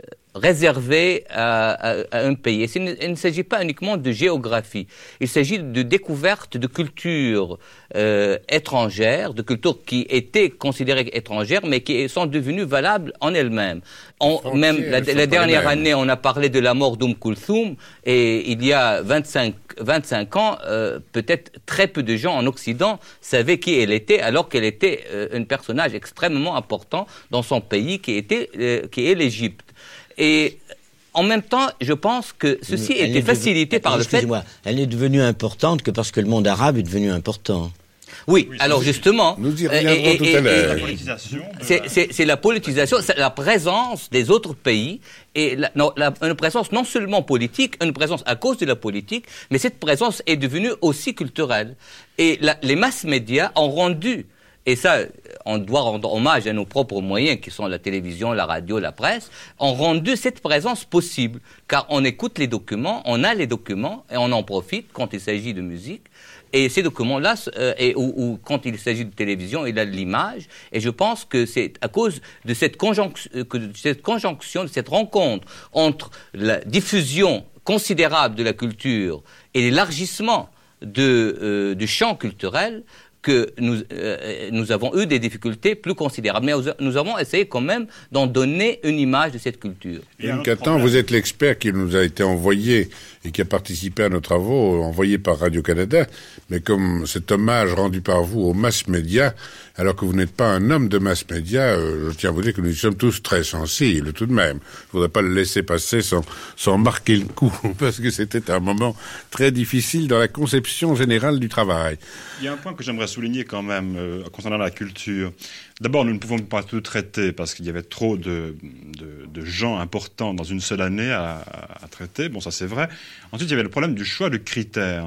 réservé à, à, à un pays. Et il ne, il ne s'agit pas uniquement de géographie. Il s'agit de découverte de cultures euh, étrangères, de cultures qui étaient considérées étrangères, mais qui sont devenues valables en elles-mêmes. On, même la, la dernière année, on a parlé de la mort d'Oum Kulthum, et il y a vingt-cinq, vingt-cinq ans, euh, peut-être très peu de gens en Occident savaient qui elle était, alors qu'elle était euh, un personnage extrêmement important dans son pays, qui était, euh, qui est l'Égypte. Et en même temps, je pense que ceci a été facilité par le fait... Excusez-moi, elle n'est devenue importante que parce que le monde arabe est devenu important. Oui, oui alors justement... Nous y reviendrons et, tout et, à l'heure. La politisation. C'est, c'est, c'est la politisation, c'est la présence des autres pays, et la, non, la, une présence non seulement politique, une présence à cause de la politique, mais cette présence est devenue aussi culturelle. Et la, les masses médias ont rendu... Et ça, on doit rendre hommage à nos propres moyens, qui sont la télévision, la radio, la presse, ont rendu cette présence possible. Car on écoute les documents, on a les documents, et on en profite quand il s'agit de musique. Et ces documents-là, euh, et, ou, ou quand il s'agit de télévision, il a de l'image. Et je pense que c'est à cause de cette, conjonction, que de cette conjonction, de cette rencontre entre la diffusion considérable de la culture et l'élargissement de, euh, du champ culturel, que nous, euh, nous avons eu des difficultés plus considérables. Mais nous avons essayé quand même d'en donner une image de cette culture. Naïm Katan, vous êtes l'expert qui nous a été envoyé et qui a participé à nos travaux, envoyés par Radio-Canada, mais comme cet hommage rendu par vous aux mass médias, alors que vous n'êtes pas un homme de mass médias, euh, je tiens à vous dire que nous y sommes tous très sensibles, tout de même. Je ne voudrais pas le laisser passer sans, sans marquer le coup, parce que c'était un moment très difficile dans la conception générale du travail. Il y a un point que j'aimerais souligner quand même euh, concernant la culture. D'abord, nous ne pouvons pas tout traiter parce qu'il y avait trop de, de, de gens importants dans une seule année à, à traiter. Bon, ça c'est vrai. Ensuite, il y avait le problème du choix de critères.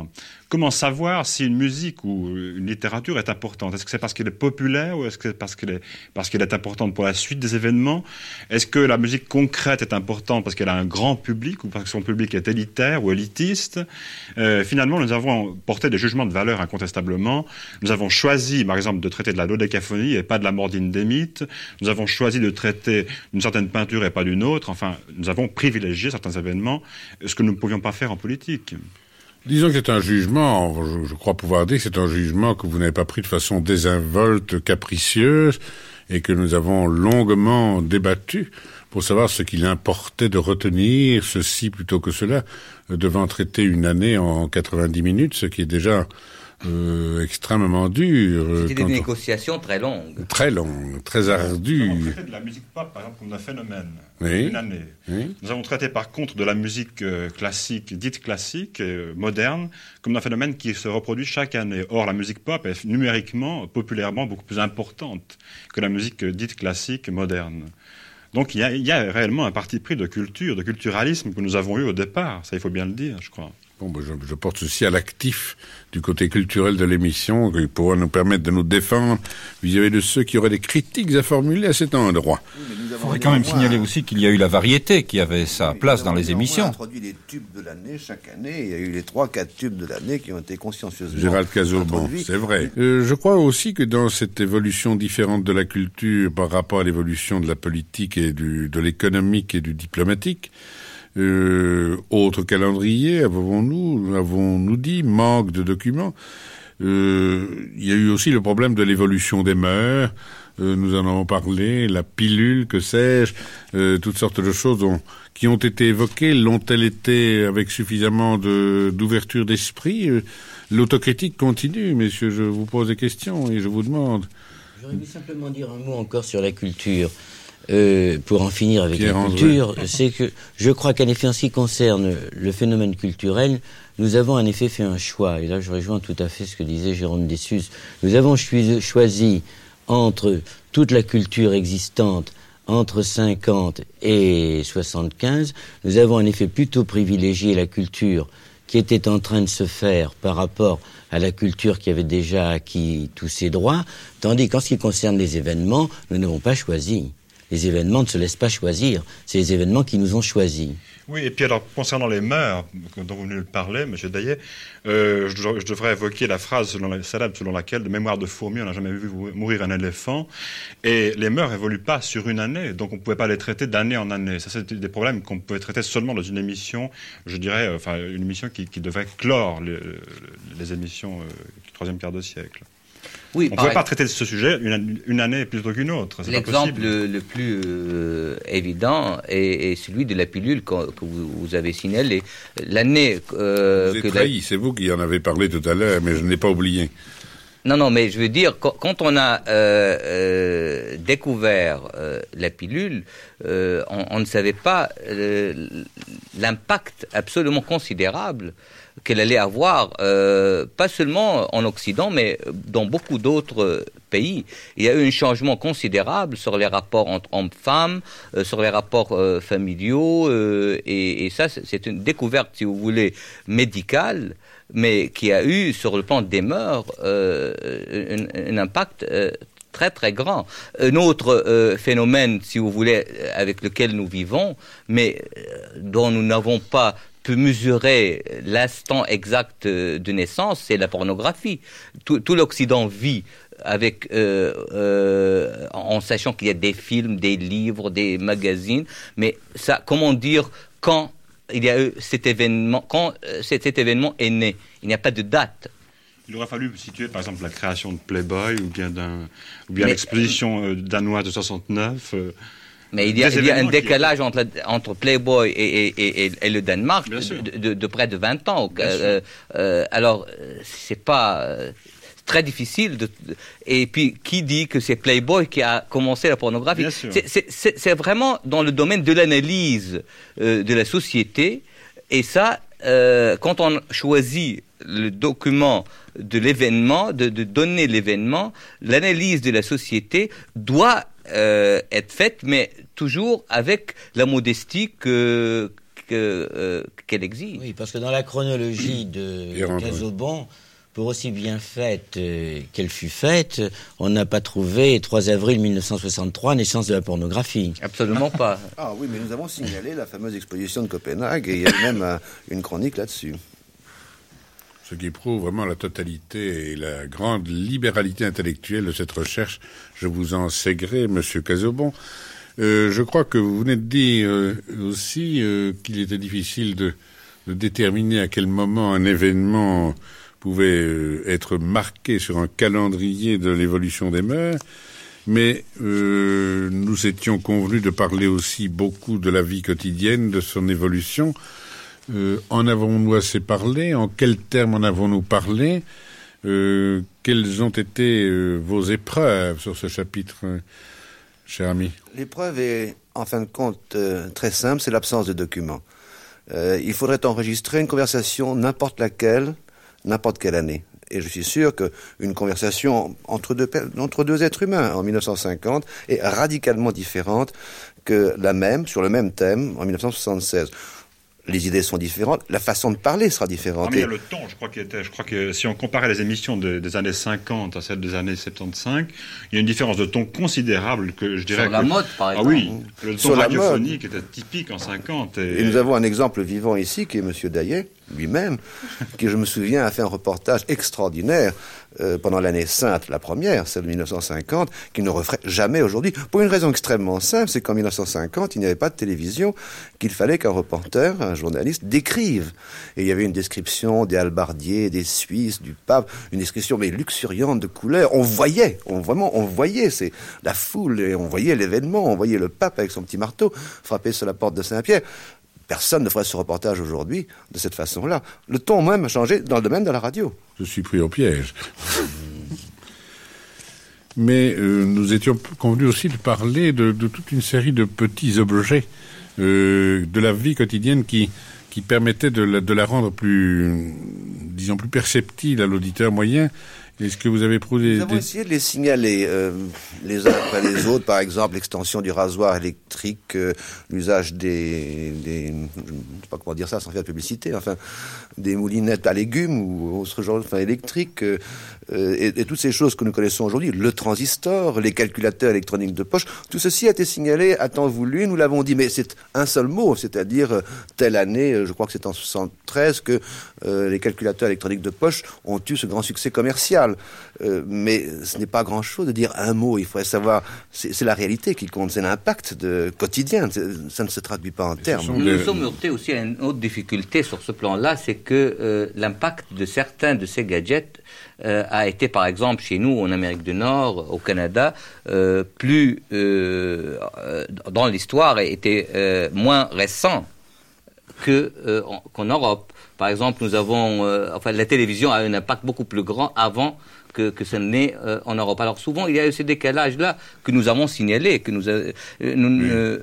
comment savoir si une musique ou une littérature est importante? Est-ce que c'est parce qu'elle est populaire ou est-ce que c'est parce qu'elle est, parce qu'elle est importante pour la suite des événements? Est-ce que la musique concrète est importante parce qu'elle a un grand public ou parce que son public est élitaire ou élitiste? euh, Finalement, nous avons porté des jugements de valeur incontestablement. Nous avons choisi, par exemple, de traiter de la dodécaphonie et pas de la mordine des mythes. Nous avons choisi de traiter d'une certaine peinture et pas d'une autre. Enfin, nous avons privilégié certains événements, ce que nous ne pouvions pas faire en politique. Disons que c'est un jugement, je, je crois pouvoir dire que c'est un jugement que vous n'avez pas pris de façon désinvolte, capricieuse, et que nous avons longuement débattu pour savoir ce qu'il importait de retenir, ceci plutôt que cela, devant traiter une année en quatre-vingt-dix minutes, ce qui est déjà euh, extrêmement dur. C'était des négociations très longues. Très longues, très ardues. Nous avons traité de la musique pop, par exemple, comme un phénomène, oui. une année. Oui. Nous avons traité, par contre, de la musique euh, classique, dite classique, euh, moderne, comme un phénomène qui se reproduit chaque année. Or, la musique pop est numériquement, populairement, beaucoup plus importante que la musique euh, dite classique, moderne. Donc, il y a, il y a réellement un parti pris de culture, de culturalisme que nous avons eu au départ. Ça, il faut bien le dire, je crois. Bon, ben je, je porte ceci à l'actif du côté culturel de l'émission, qui pourra nous permettre de nous défendre vis-à-vis de ceux qui auraient des critiques à formuler à cet endroit. Il faudrait quand même signaler aussi qu'il y a eu la variété qui avait sa oui, place dans les émissions. On a introduit les tubes de l'année chaque année. Il y a eu les trois, quatre tubes de l'année qui ont été consciencieusement Gérald Cazot-Bon, c'est vrai. Euh, je crois aussi que dans cette évolution différente de la culture par rapport à l'évolution de la politique et du, de l'économique et du diplomatique, Euh, autre calendrier, avons-nous, avons-nous dit, manque de documents. Euh, il y a eu aussi le problème de l'évolution des mœurs. Euh, nous en avons parlé, la pilule, que sais-je, euh, toutes sortes de choses dont, qui ont été évoquées. L'ont-elles été avec suffisamment de, d'ouverture d'esprit? euh, L'autocritique continue, messieurs. Je vous pose des questions et je vous demande. J'aurais voulu simplement dire un mot encore sur la culture. Euh, pour en finir avec Pierre la André. culture, c'est que je crois qu'en effet, en ce qui concerne le phénomène culturel, nous avons en effet fait un choix. Et là, je rejoins tout à fait ce que disait Jérôme Dessus. Nous avons choisi entre toute la culture existante entre cinquante et soixante-quinze, nous avons en effet plutôt privilégié la culture qui était en train de se faire par rapport à la culture qui avait déjà acquis tous ses droits, tandis qu'en ce qui concerne les événements, nous n'avons pas choisi. Les événements ne se laissent pas choisir. C'est les événements qui nous ont choisis. Oui, et puis alors, concernant les mœurs, dont vous venez de parler, M. Daillet, euh, je, je devrais évoquer la phrase selon la, célèbre selon laquelle, de mémoire de fourmi, on n'a jamais vu mourir un éléphant. Et les mœurs évoluent pas sur une année, donc on ne pouvait pas les traiter d'année en année. Ça, c'est des problèmes qu'on pouvait traiter seulement dans une émission, je dirais, enfin, une émission qui, qui devait clore les, les émissions euh, du troisième quart de siècle. Oui, on ne pouvait pas traiter de ce sujet une, une année plutôt qu'une autre. C'est l'exemple le, le plus euh, évident est, est celui de la pilule que, que vous, vous avez signalé. L'année euh, vous êtes que trahi, la... c'est vous qui en avez parlé tout à l'heure, mais je ne l'ai pas oublié. Non, non, mais je veux dire, quand, quand on a euh, euh, découvert euh, la pilule, euh, on, on ne savait pas euh, l'impact absolument considérable qu'elle allait avoir, euh, pas seulement en Occident, mais dans beaucoup d'autres pays. Il y a eu un changement considérable sur les rapports entre hommes-femmes, euh, sur les rapports euh, familiaux, euh, et, et ça, c'est une découverte, si vous voulez, médicale, mais qui a eu, sur le plan des mœurs, euh, un, un impact euh, très très grand. Un autre euh, phénomène, si vous voulez, avec lequel nous vivons, mais euh, dont nous n'avons pas pu mesurer l'instant exact de naissance, c'est la pornographie. Tout, tout l'Occident vit avec, euh, euh, en sachant qu'il y a des films, des livres, des magazines, mais ça, comment dire, quand il y a eu cet événement, quand euh, cet, cet événement est né, il n'y a pas de date. Il aurait fallu situer, par exemple, la création de Playboy ou bien, d'un, ou bien mais, l'exposition euh, danoise de soixante-neuf. Euh, mais il y a, il y a un décalage entre, entre Playboy et, et, et, et le Danemark de, de, de près de vingt ans. Euh, euh, alors, c'est pas... Euh, très difficile. De, et puis, qui dit que c'est Playboy qui a commencé la pornographie? c'est, c'est, c'est, c'est vraiment dans le domaine de l'analyse euh, de la société. Et ça, euh, quand on choisit le document de l'événement, de, de donner l'événement, l'analyse de la société doit euh, être faite, mais toujours avec la modestie que, que, euh, qu'elle exige. Oui, parce que dans la chronologie de Casaubon, pour aussi bien faite euh, qu'elle fut faite, on n'a pas trouvé trois avril mille neuf cent soixante-trois, naissance de la pornographie. Absolument pas. Ah oui, mais nous avons signalé la fameuse exposition de Copenhague, et il y a même euh, une chronique là-dessus. Ce qui prouve vraiment la totalité et la grande libéralité intellectuelle de cette recherche. Je vous en sais gré, Monsieur Casaubon. Euh, je crois que vous venez de dire euh, aussi euh, qu'il était difficile de, de déterminer à quel moment un événement pouvait euh, être marqué sur un calendrier de l'évolution des mœurs, mais euh, nous étions convenus de parler aussi beaucoup de la vie quotidienne, de son évolution. Euh, en avons-nous assez parlé? En quels termes en avons-nous parlé? euh, Quelles ont été euh, vos épreuves sur ce chapitre, euh, cher ami? L'épreuve est, en fin de compte, euh, très simple, c'est l'absence de documents. Euh, il faudrait enregistrer une conversation, n'importe laquelle, n'importe quelle année. Et je suis sûr qu'une conversation entre deux, entre deux êtres humains en mille neuf cent cinquante est radicalement différente que la même, sur le même thème, en mille neuf cent soixante-seize. Les idées sont différentes, la façon de parler sera différente. Ah, mais il y a le ton, je crois, qu'il était, je crois que si on comparait les émissions de, des années cinquante à celles des années soixante-quinze, il y a une différence de ton considérable que je dirais. Sur la que, mode, par exemple. Ah oui, le ton Sur radiophonique était typique en cinquante. Et... et nous avons un exemple vivant ici qui est M. Daillet, lui-même, qui, je me souviens, a fait un reportage extraordinaire euh, pendant l'année sainte, la première, celle de mille neuf cent cinquante, qu'il ne referait jamais aujourd'hui. Pour une raison extrêmement simple, c'est qu'en mille neuf cent cinquante, il n'y avait pas de télévision, qu'il fallait qu'un reporter, un journaliste, décrive. Et il y avait une description des halbardiers, des Suisses, du pape, une description mais luxuriante de couleurs. On voyait, on vraiment, on voyait, c'est la foule, et on voyait l'événement, on voyait le pape avec son petit marteau frapper sur la porte de Saint-Pierre. Personne ne ferait ce reportage aujourd'hui de cette façon-là. Le ton même a changé dans le domaine de la radio. Je suis pris au piège. Mais euh, nous étions convenus aussi de parler de, de toute une série de petits objets euh, de la vie quotidienne qui, qui permettaient de la, de la rendre plus, disons, plus perceptible à l'auditeur moyen. Est-ce que vous avez prouvé... Nous avons des... essayé de les signaler euh, les uns après les autres. Par exemple, l'extension du rasoir électrique, euh, l'usage des, des... je ne sais pas comment dire ça sans faire de publicité, enfin, des moulinettes à légumes ou autre genre, enfin, électriques, euh, et, et toutes ces choses que nous connaissons aujourd'hui, le transistor, les calculateurs électroniques de poche, tout ceci a été signalé à temps voulu, nous l'avons dit, mais c'est un seul mot, c'est-à-dire euh, telle année, euh, je crois que c'est en soixante-treize que euh, les calculateurs électroniques de poche ont eu ce grand succès commercial. Euh, mais ce n'est pas grand-chose de dire un mot. Il faudrait savoir, c'est, c'est la réalité qui compte, c'est l'impact de, quotidien. C'est, ça ne se traduit pas en termes. Nous nous sommes heurtés aussi à une autre difficulté sur ce plan-là, c'est que euh, l'impact de certains de ces gadgets euh, a été, par exemple, chez nous, en Amérique du Nord, au Canada, euh, plus euh, dans l'histoire, était euh, moins récent que, euh, en, qu'en Europe. Par exemple, nous avons, euh, enfin, la télévision a un impact beaucoup plus grand avant que, que ce n'est euh, en Europe. Alors souvent, il y a eu ce décalage-là que nous avons signalé, que nous, euh, nous oui. euh,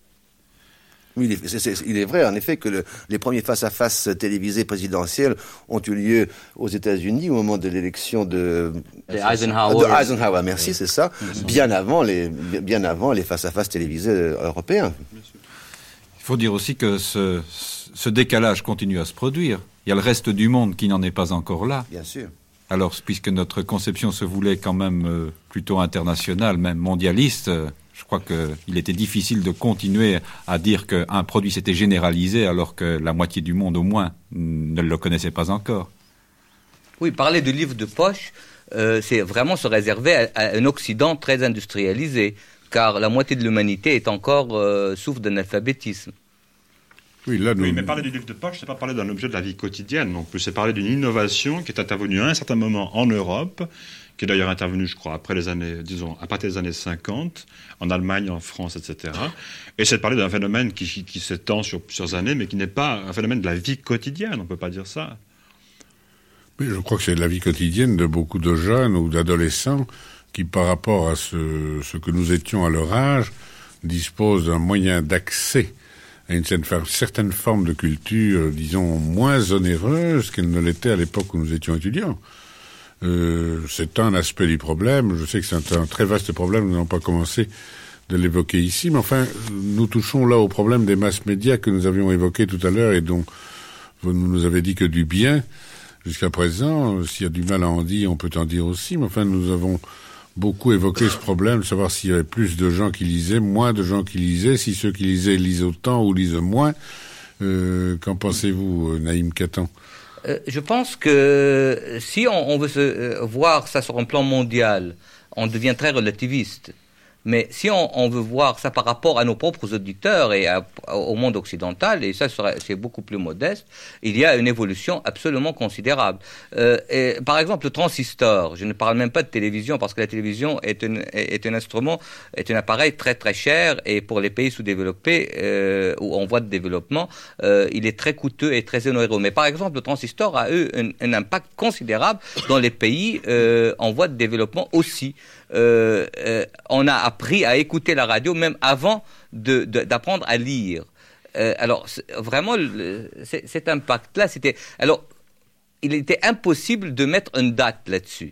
Oui, il est, c'est, c'est, il est vrai, en effet, que le, les premiers face-à-face télévisés présidentiels ont eu lieu aux États-Unis au moment de l'élection de, de Eisenhower. De Eisenhower, merci, oui. C'est ça. Oui. Bien avant les, bien avant les face-à-face télévisés européens. Il faut dire aussi que ce, ce décalage continue à se produire. Il y a le reste du monde qui n'en est pas encore là. Bien sûr. Alors, puisque notre conception se voulait quand même euh, plutôt internationale, même mondialiste, euh, je crois qu'il était difficile de continuer à dire qu'un produit s'était généralisé alors que la moitié du monde, au moins, ne le connaissait pas encore. Oui, parler de livres de poche, euh, c'est vraiment se réserver à, à un Occident très industrialisé, car la moitié de l'humanité est encore euh, souffre d'analphabétisme. Oui, là, nous... oui, mais parler du livre de poche, c'est pas parler d'un objet de la vie quotidienne non plus, c'est parler d'une innovation qui est intervenue à un certain moment en Europe, qui est d'ailleurs intervenue, je crois, après les années, disons, à partir des années cinquante, en Allemagne, en France, et cetera. Et c'est de parler d'un phénomène qui, qui, qui s'étend sur plusieurs années, mais qui n'est pas un phénomène de la vie quotidienne, on ne peut pas dire ça. Oui, je crois que c'est de la vie quotidienne de beaucoup de jeunes ou d'adolescents qui, par rapport à ce, ce que nous étions à leur âge, disposent d'un moyen d'accès à une certaine forme de culture, disons, moins onéreuse qu'elle ne l'était à l'époque où nous étions étudiants. Euh, c'est un aspect du problème. Je sais que c'est un, un très vaste problème. Nous n'avons pas commencé de l'évoquer ici. Mais enfin, nous touchons là au problème des masses médias que nous avions évoqué tout à l'heure et dont vous ne nous avez dit que du bien jusqu'à présent. S'il y a du mal à en dire, on peut en dire aussi. Mais enfin, nous avons beaucoup évoqué ce problème de savoir s'il y avait plus de gens qui lisaient, moins de gens qui lisaient, si ceux qui lisaient lisent autant ou lisent moins. Euh, qu'en pensez-vous, Naïm Katan? euh, Je pense que si on, on veut se, euh, voir ça sur un plan mondial, on devient très relativiste. Mais si on, on veut voir ça par rapport à nos propres auditeurs et à, au monde occidental, et ça serait, c'est beaucoup plus modeste, il y a une évolution absolument considérable. Euh, et, par exemple, le transistor, je ne parle même pas de télévision parce que la télévision est, une, est, est un instrument, est un appareil très très cher et pour les pays sous-développés euh, ou en voie de développement, euh, il est très coûteux et très onéreux. Mais par exemple, le transistor a eu un, un impact considérable dans les pays euh, en voie de développement aussi. Euh, euh, on a appris à écouter la radio même avant de, de, d'apprendre à lire. Euh, alors, vraiment, le, cet impact-là, c'était... Alors, il était impossible de mettre une date là-dessus,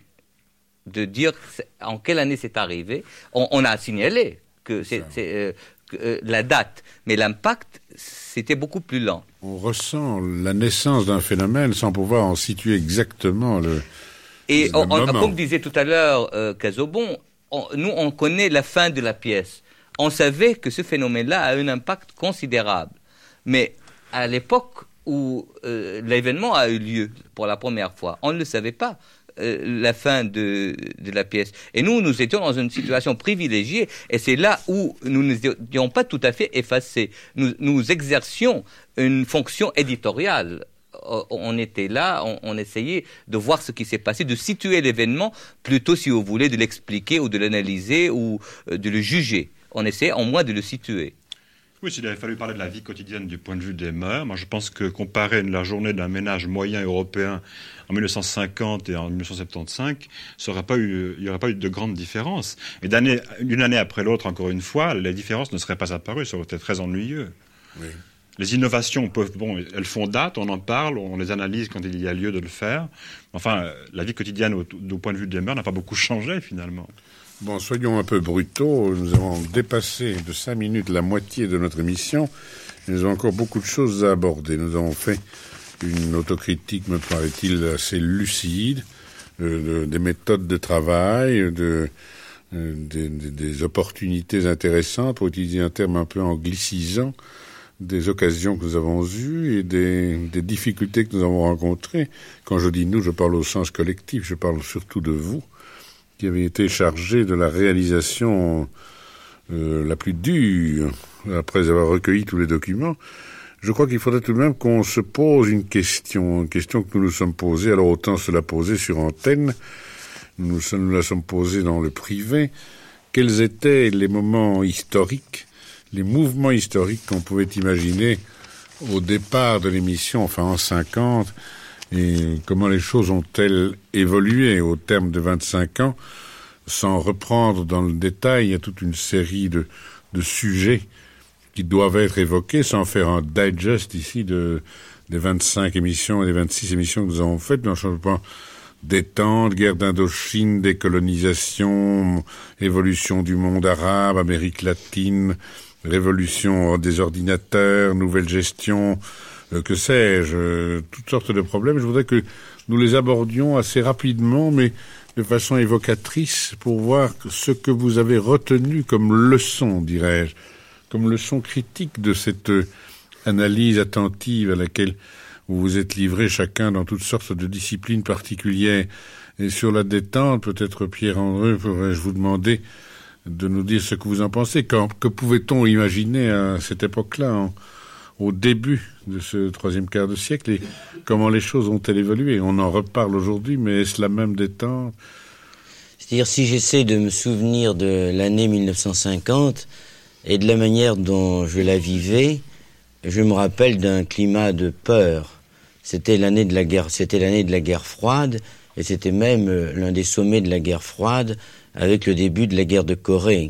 de dire en quelle année c'est arrivé. On, on a signalé que c'est, c'est euh, que, euh, la date, mais l'impact, c'était beaucoup plus lent. On ressent la naissance d'un phénomène sans pouvoir en situer exactement le... Et on, on, comme disait tout à l'heure euh, Casaubon, on, nous on connaît la fin de la pièce. On savait que ce phénomène-là a un impact considérable. Mais à l'époque où euh, l'événement a eu lieu pour la première fois, on ne le savait pas, euh, la fin de, de la pièce. Et nous, nous étions dans une situation privilégiée, et c'est là où nous n'étions pas tout à fait effacés. Nous, nous exercions une fonction éditoriale. On était là, on, on essayait de voir ce qui s'est passé, de situer l'événement, plutôt, si vous voulez, de l'expliquer ou de l'analyser ou euh, de le juger. On essayait au moins de le situer. Oui, s'il avait fallu parler de la vie quotidienne du point de vue des mœurs, moi je pense que comparer la journée d'un ménage moyen européen en mille neuf cent cinquante et en mille neuf cent soixante-quinze, ça aurait pas eu, il n'y aurait pas eu de grande différence. Et d'année, d'une année après l'autre, encore une fois, les différences ne seraient pas apparues, ça aurait été très ennuyeux. Oui. Les innovations peuvent, bon, elles font date, on en parle, on les analyse quand il y a lieu de le faire. Enfin, la vie quotidienne au, au point de vue des mœurs n'a pas beaucoup changé finalement. Bon, soyons un peu brutaux. Nous avons dépassé de cinq minutes la moitié de notre émission. Nous avons encore beaucoup de choses à aborder. Nous avons fait une autocritique, me paraît-il, assez lucide, euh, de, des méthodes de travail, de, euh, des, des opportunités intéressantes, pour utiliser un terme un peu anglicisant, des occasions que nous avons eues et des, des difficultés que nous avons rencontrées. Quand je dis nous, je parle au sens collectif, je parle surtout de vous, qui avez été chargés de la réalisation euh, la plus dure, après avoir recueilli tous les documents. Je crois qu'il faudrait tout de même qu'on se pose une question, une question que nous nous sommes posée, alors autant se la poser sur antenne, nous nous la sommes posée dans le privé. Quels étaient les moments historiques, les mouvements historiques qu'on pouvait imaginer au départ de l'émission, enfin en cinquante, et comment les choses ont-elles évolué au terme de vingt-cinq ans, sans reprendre dans le détail, il y a toute une série de, de sujets qui doivent être évoqués, sans faire un digest ici de, des vingt-cinq émissions et des vingt-six émissions que nous avons faites, dans le changement détente, guerre d'Indochine, décolonisation, évolution du monde arabe, Amérique latine, révolution des ordinateurs, nouvelle gestion, euh, que sais-je, euh, toutes sortes de problèmes. Je voudrais que nous les abordions assez rapidement, mais de façon évocatrice, pour voir ce que vous avez retenu comme leçon, dirais-je, comme leçon critique de cette euh, analyse attentive à laquelle vous vous êtes livrés chacun dans toutes sortes de disciplines particulières. Et sur la détente, peut-être Pierre-André, pourrais-je vous demander de nous dire ce que vous en pensez. Quand, que pouvait-on imaginer à cette époque-là, en, au début de ce troisième quart de siècle, et comment les choses ont-elles évolué? On en reparle aujourd'hui, mais est-ce la même détente? C'est-à-dire, si j'essaie de me souvenir de l'année mille neuf cent cinquante et de la manière dont je la vivais, je me rappelle d'un climat de peur. C'était l'année de la guerre, c'était l'année de la guerre froide, et c'était même l'un des sommets de la guerre froide, avec le début de la guerre de Corée.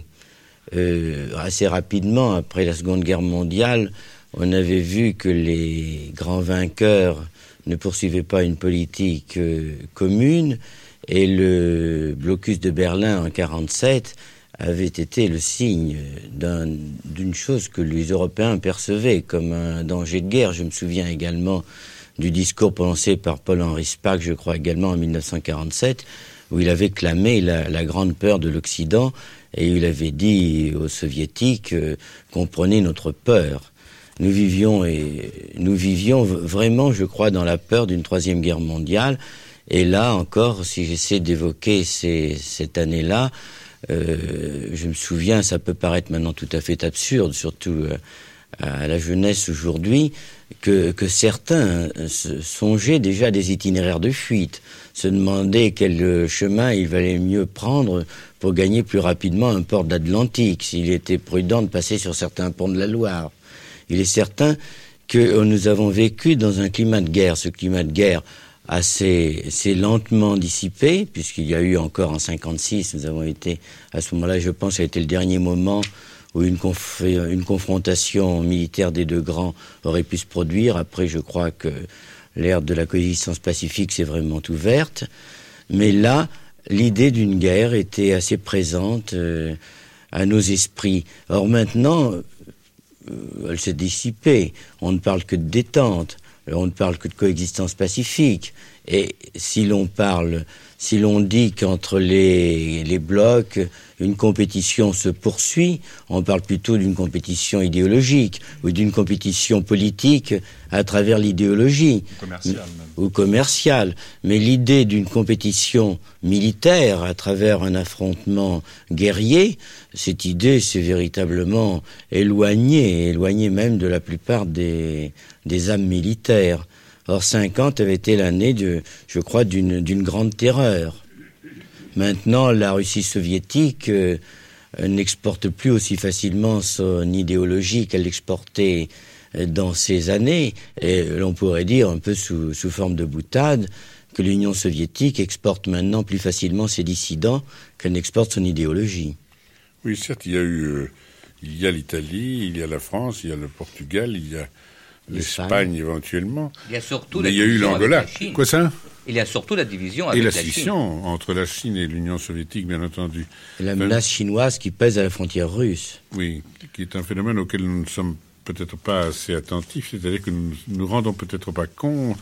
Euh, assez rapidement, après la Seconde Guerre mondiale, on avait vu que les grands vainqueurs ne poursuivaient pas une politique euh, commune, et le blocus de Berlin en quarante-sept avait été le signe d'un, d'une chose que les Européens percevaient comme un danger de guerre. Je me souviens également du discours prononcé par Paul-Henri Spaak, je crois également en mille neuf cent quarante-sept, où il avait clamé la, la grande peur de l'Occident, et il avait dit aux Soviétiques euh, « comprenez notre peur ». Nous vivions, et, nous vivions vraiment, je crois, dans la peur d'une troisième guerre mondiale. Et là encore, si j'essaie d'évoquer ces, cette année-là, euh, je me souviens, ça peut paraître maintenant tout à fait absurde, surtout euh, à la jeunesse aujourd'hui, que, que certains se songeaient déjà à des itinéraires de fuite, se demandaient quel chemin il valait mieux prendre pour gagner plus rapidement un port d'Atlantique, s'il était prudent de passer sur certains ponts de la Loire. Il est certain que nous avons vécu dans un climat de guerre, ce climat de guerre assez, assez lentement dissipé, puisqu'il y a eu encore en cinquante-six, nous avons été, à ce moment-là, je pense, ça a été le dernier moment où une, conf, une confrontation militaire des deux grands aurait pu se produire. Après, je crois que l'ère de la coexistence pacifique s'est vraiment ouverte. Mais là, l'idée d'une guerre était assez présente euh, à nos esprits. Or maintenant, euh, elle s'est dissipée. On ne parle que de détente. On ne parle que de coexistence pacifique. Et si l'on parle, si l'on dit qu'entre les, les blocs, une compétition se poursuit, on parle plutôt d'une compétition idéologique ou d'une compétition politique à travers l'idéologie. Ou commerciale même. Ou commerciale. Mais l'idée d'une compétition militaire à travers un affrontement guerrier, cette idée s'est véritablement éloignée, éloignée même de la plupart des, des âmes militaires. Or, cinquante avait été l'année, de, je crois, d'une, d'une grande terreur. Maintenant, la Russie soviétique euh, n'exporte plus aussi facilement son idéologie qu'elle l'exportait dans ces années. Et l'on pourrait dire, un peu sous, sous forme de boutade, que l'Union soviétique exporte maintenant plus facilement ses dissidents qu'elle n'exporte son idéologie. Oui, certes, il y a eu... Euh, il y a l'Italie, il y a la France, il y a le Portugal, il y a... l'Espagne éventuellement. Il y a surtout Mais la il y a eu division l'Angola. avec la Chine. Quoi ça? Il y a surtout la division avec et la, la scission Chine. entre la Chine et l'Union soviétique, bien entendu. Et la menace chinoise qui pèse à la frontière russe. Oui, qui est un phénomène auquel nous ne sommes peut-être pas assez attentifs, c'est-à-dire que nous ne nous rendons peut-être pas compte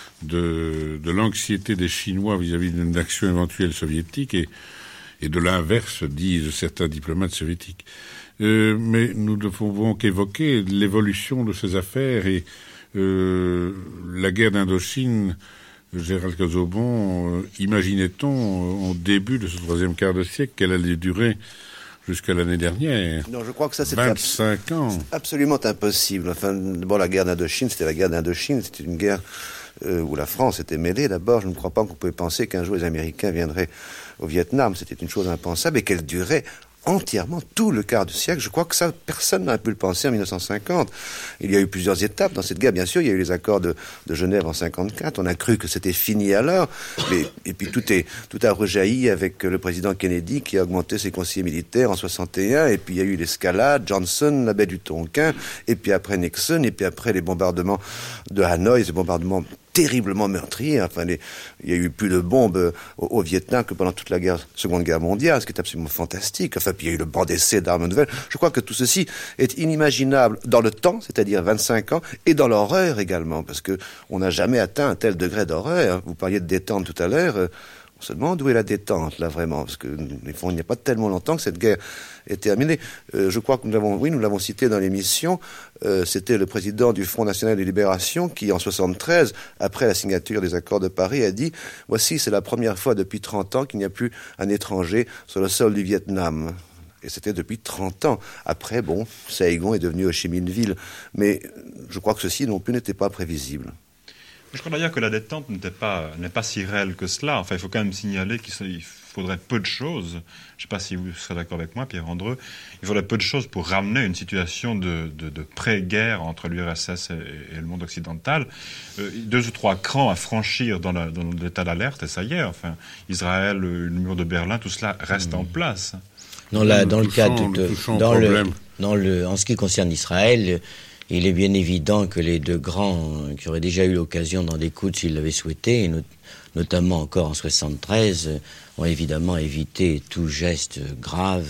de, de l'anxiété des Chinois vis-à-vis d'une action éventuelle soviétique et, et de l'inverse, disent certains diplomates soviétiques. Euh, mais nous ne pouvons qu'évoquer l'évolution de ces affaires et euh, la guerre d'Indochine. Gérald Casaubon, euh, imaginait-on euh, au début de ce troisième quart de siècle qu'elle allait durer jusqu'à l'année dernière? Non, je crois que ça c'était vingt-cinq ans. Absolument impossible. Enfin, bon, la guerre d'Indochine, c'était la guerre d'Indochine, c'était une guerre euh, où la France était mêlée. D'abord, je ne crois pas qu'on pouvait penser qu'un jour les Américains viendraient au Vietnam. C'était une chose impensable et qu'elle durait entièrement tout le quart du siècle. Je crois que ça, personne n'a pu le penser en mille neuf cent cinquante. Il y a eu plusieurs étapes dans cette guerre. Bien sûr, il y a eu les accords de, de Genève en cinquante-quatre. On a cru que c'était fini alors. Mais, et puis tout est, tout a rejailli avec le président Kennedy qui a augmenté ses conseillers militaires en soixante et un. Et puis il y a eu l'escalade, Johnson, la baie du Tonkin. Et puis après Nixon. Et puis après les bombardements de Hanoï, ces bombardements terriblement meurtriers. Enfin, les, il y a eu plus de bombes au, au Vietnam que pendant toute la guerre, Seconde Guerre mondiale, ce qui est absolument fantastique. Enfin, puis il y a eu le banc d'essai d'armes nouvelles. Je crois que tout ceci est inimaginable dans le temps, c'est-à-dire vingt-cinq ans, et dans l'horreur également, parce que on n'a jamais atteint un tel degré d'horreur. Vous parliez de détente tout à l'heure. On se demande où est la détente, là, vraiment, parce que il n'y a pas tellement longtemps que cette guerre est terminée. Euh, je crois que nous l'avons, oui, nous l'avons cité dans l'émission, euh, c'était le président du Front National de Libération qui, en soixante-treize, après la signature des accords de Paris, a dit « Voici, c'est la première fois depuis trente ans qu'il n'y a plus un étranger sur le sol du Vietnam ». Et c'était depuis trente ans. Après, bon, Saigon est devenu Ho Chi Minh Ville. Mais je crois que ceci non plus n'était pas prévisible. Je crois d'ailleurs que la détente n'était pas, n'est pas si réelle que cela. Enfin, il faut quand même signaler qu'il faudrait peu de choses. Je ne sais pas si vous serez d'accord avec moi, Pierre Andreu. Il faudrait peu de choses pour ramener une situation de, de, de pré-guerre entre l'U R S S et, et le monde occidental. Euh, deux ou trois crans à franchir dans, la, dans l'état d'alerte, et ça y est. Enfin, Israël, le mur de Berlin, tout cela reste mmh. en place. Non, là, dans le cadre de, touchons dans le, dans le, en ce qui concerne Israël, Il est bien évident que les deux grands, qui auraient déjà eu l'occasion d'en découdre s'ils l'avaient souhaité, et not- notamment encore en soixante-treize, ont évidemment évité tout geste grave.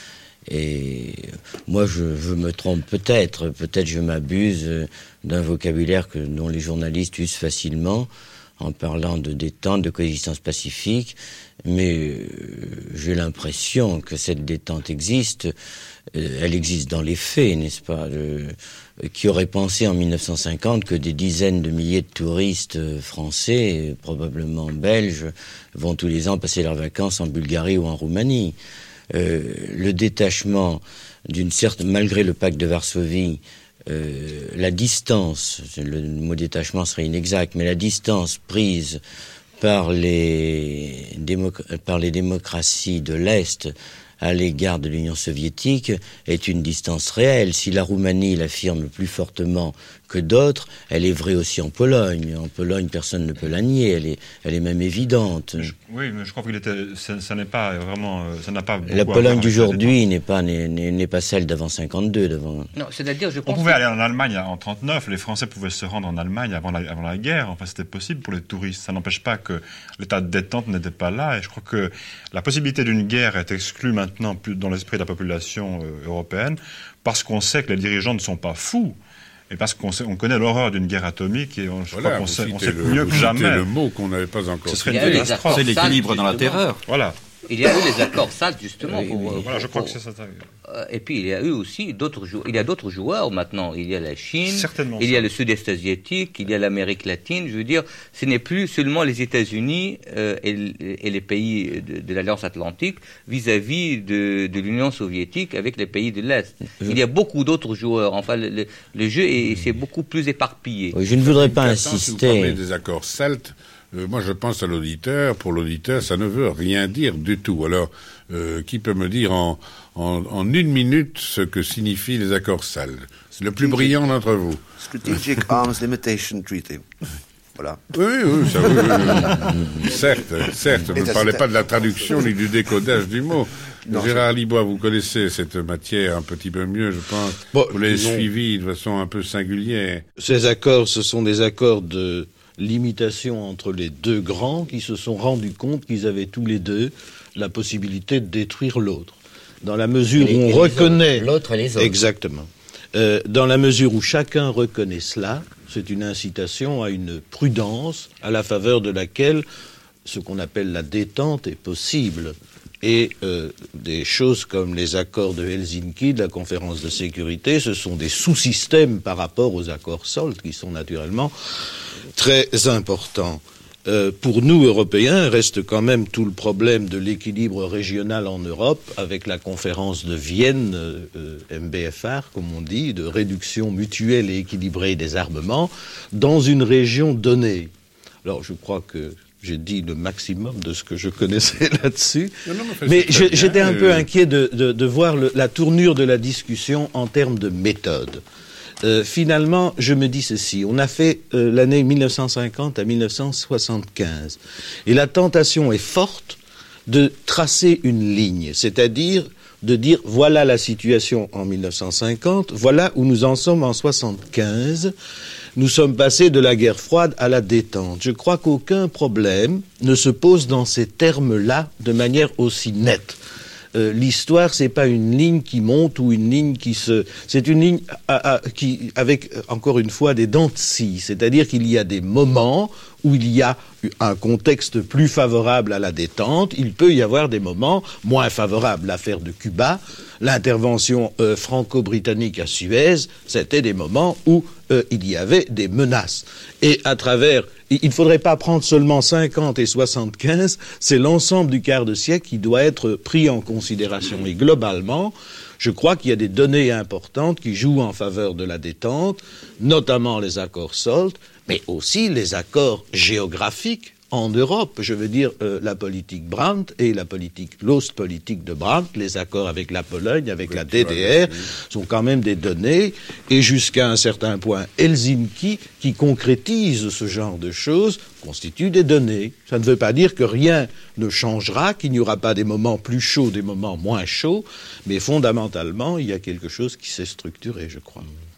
Et moi, je, je me trompe peut-être, peut-être je m'abuse d'un vocabulaire que, dont les journalistes usent facilement en parlant de détente, de coexistence pacifique, mais euh, j'ai l'impression que cette détente existe. Euh, elle existe dans les faits, n'est-ce pas? euh, Qui aurait pensé en mille neuf cent cinquante que des dizaines de milliers de touristes français, probablement belges, vont tous les ans passer leurs vacances en Bulgarie ou en Roumanie? Euh, le détachement d'une certaine, malgré le pacte de Varsovie, euh, la distance, le mot détachement serait inexact, mais la distance prise par les, démoc- par les démocraties de l'Est à l'égard de l'Union soviétique est une distance réelle. Si la Roumanie l'affirme plus fortement que d'autres, elle est vraie aussi en Pologne. En Pologne, personne ne peut la nier. Elle est, elle est même évidente. Je, oui, mais je crois que ça, ça n'est pas vraiment, ça n'a pas. La Pologne d'aujourd'hui n'est pas n'est, n'est pas celle d'avant cinquante-deux. D'avant. Non, c'est-à-dire, je pense. On pouvait aller en Allemagne en trente-neuf. Les Français pouvaient se rendre en Allemagne avant la, avant la guerre. Enfin, c'était possible pour les touristes. Ça n'empêche pas que l'état de détente n'était pas là. Et je crois que la possibilité d'une guerre est exclue maintenant plus dans l'esprit de la population euh, européenne parce qu'on sait que les dirigeants ne sont pas fous. Et parce qu'on sait, on connaît l'horreur d'une guerre atomique et on, je voilà, crois qu'on sait, on sait le, mieux que jamais. le mot qu'on n'avait pas encore. Ce serait une catastrophe. C'est l'équilibre dans la terreur. Voilà. Il y a eu les accords SALT, justement. Oui, pour, oui. pour, Voilà, je crois pour, que c'est ça. Euh, et puis, il y a eu aussi d'autres joueurs. Il y a d'autres joueurs maintenant. Il y a la Chine, Certainement il y ça. a le Sud-Est asiatique, il y a l'Amérique latine. Je veux dire, ce n'est plus seulement les États-Unis euh, et, et les pays de, de l'Alliance Atlantique vis-à-vis de, de l'Union soviétique avec les pays de l'Est. Il y a beaucoup d'autres joueurs. Enfin, le, le, le jeu est, c'est beaucoup plus éparpillé. Oui, je ne voudrais pas Attends, insister. Si vous parlez des accords SALT, euh, moi je pense à l'auditeur. Pour l'auditeur, ça ne veut rien dire du tout. Alors, euh, qui peut me dire en, en, en une minute ce que signifient les accords SALT? C'est le plus brillant d'entre vous. Strategic Arms Limitation Treaty. Voilà. Oui, oui, ça, oui, oui, oui. Certes, certes. Vous Et ne ça, parlez c'est- pas de la traduction ni du décodage du mot. Non, Gérard Libois, vous connaissez cette matière un petit peu mieux, je pense. Bon, vous l'avez non. suivi de façon un peu singulière. Ces accords, ce sont des accords de limitation entre les deux grands qui se sont rendus compte qu'ils avaient tous les deux la possibilité de détruire l'autre. Dans la mesure Et- où on et les reconnaît... autres, l'autre et les autres. Exactement. Euh, dans la mesure où chacun reconnaît cela, c'est une incitation à une prudence à la faveur de laquelle ce qu'on appelle la détente est possible. Et euh, des choses comme les accords de Helsinki, de la conférence de sécurité, ce sont des sous-systèmes par rapport aux accords SALT qui sont naturellement très importants. Euh, pour nous, Européens, reste quand même tout le problème de l'équilibre régional en Europe avec la conférence de Vienne, euh, M B F R, comme on dit, de réduction mutuelle et équilibrée des armements dans une région donnée. Alors, je crois que j'ai dit le maximum de ce que je connaissais là-dessus. Non, non, mais Mais c'est très je- bien, j'étais un euh, peu inquiet de, de, de voir le, la tournure de la discussion en termes de méthode. Euh, finalement, je me dis ceci. On a fait euh, l'année mille neuf cent cinquante à mille neuf cent soixante-quinze. Et la tentation est forte de tracer une ligne, c'est-à-dire de dire voilà la situation en mille neuf cent cinquante, voilà où nous en sommes en soixante-quinze. Nous sommes passés de la guerre froide à la détente. Je crois qu'aucun problème ne se pose dans ces termes-là de manière aussi nette. Euh, l'histoire, c'est pas une ligne qui monte ou une ligne qui se... C'est une ligne à, à, qui, avec, encore une fois, des dents de scie. C'est-à-dire qu'il y a des moments où il y a un contexte plus favorable à la détente. Il peut y avoir des moments moins favorables. L'affaire de Cuba, l'intervention euh, franco-britannique à Suez, c'était des moments où euh, il y avait des menaces. Et à travers... Il ne faudrait pas prendre seulement cinquante et soixante-quinze, c'est l'ensemble du quart de siècle qui doit être pris en considération. Et globalement, je crois qu'il y a des données importantes qui jouent en faveur de la détente, notamment les accords SALT, mais aussi les accords géographiques en Europe. Je veux dire euh, la politique Brandt et la politique, l'Ostpolitik de Brandt, les accords avec la Pologne, avec la D D R, sont quand même des données, et jusqu'à un certain point, Helsinki, qui concrétise ce genre de choses, constitue des données. Ça ne veut pas dire que rien ne changera, qu'il n'y aura pas des moments plus chauds, des moments moins chauds, mais fondamentalement, il y a quelque chose qui s'est structuré, je crois.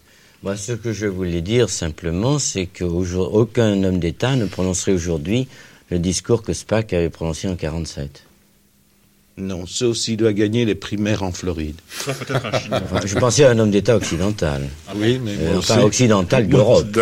Moi, ce que je voulais dire simplement, c'est qu'aucun homme d'État ne prononcerait aujourd'hui le discours que Spaak avait prononcé en quarante-sept. Non, sauf s'il doit gagner les primaires en Floride. Ça peut-être un Chinois. Enfin, je pensais à un homme d'État occidental. Ah oui, mais euh, enfin, occidental d'Europe.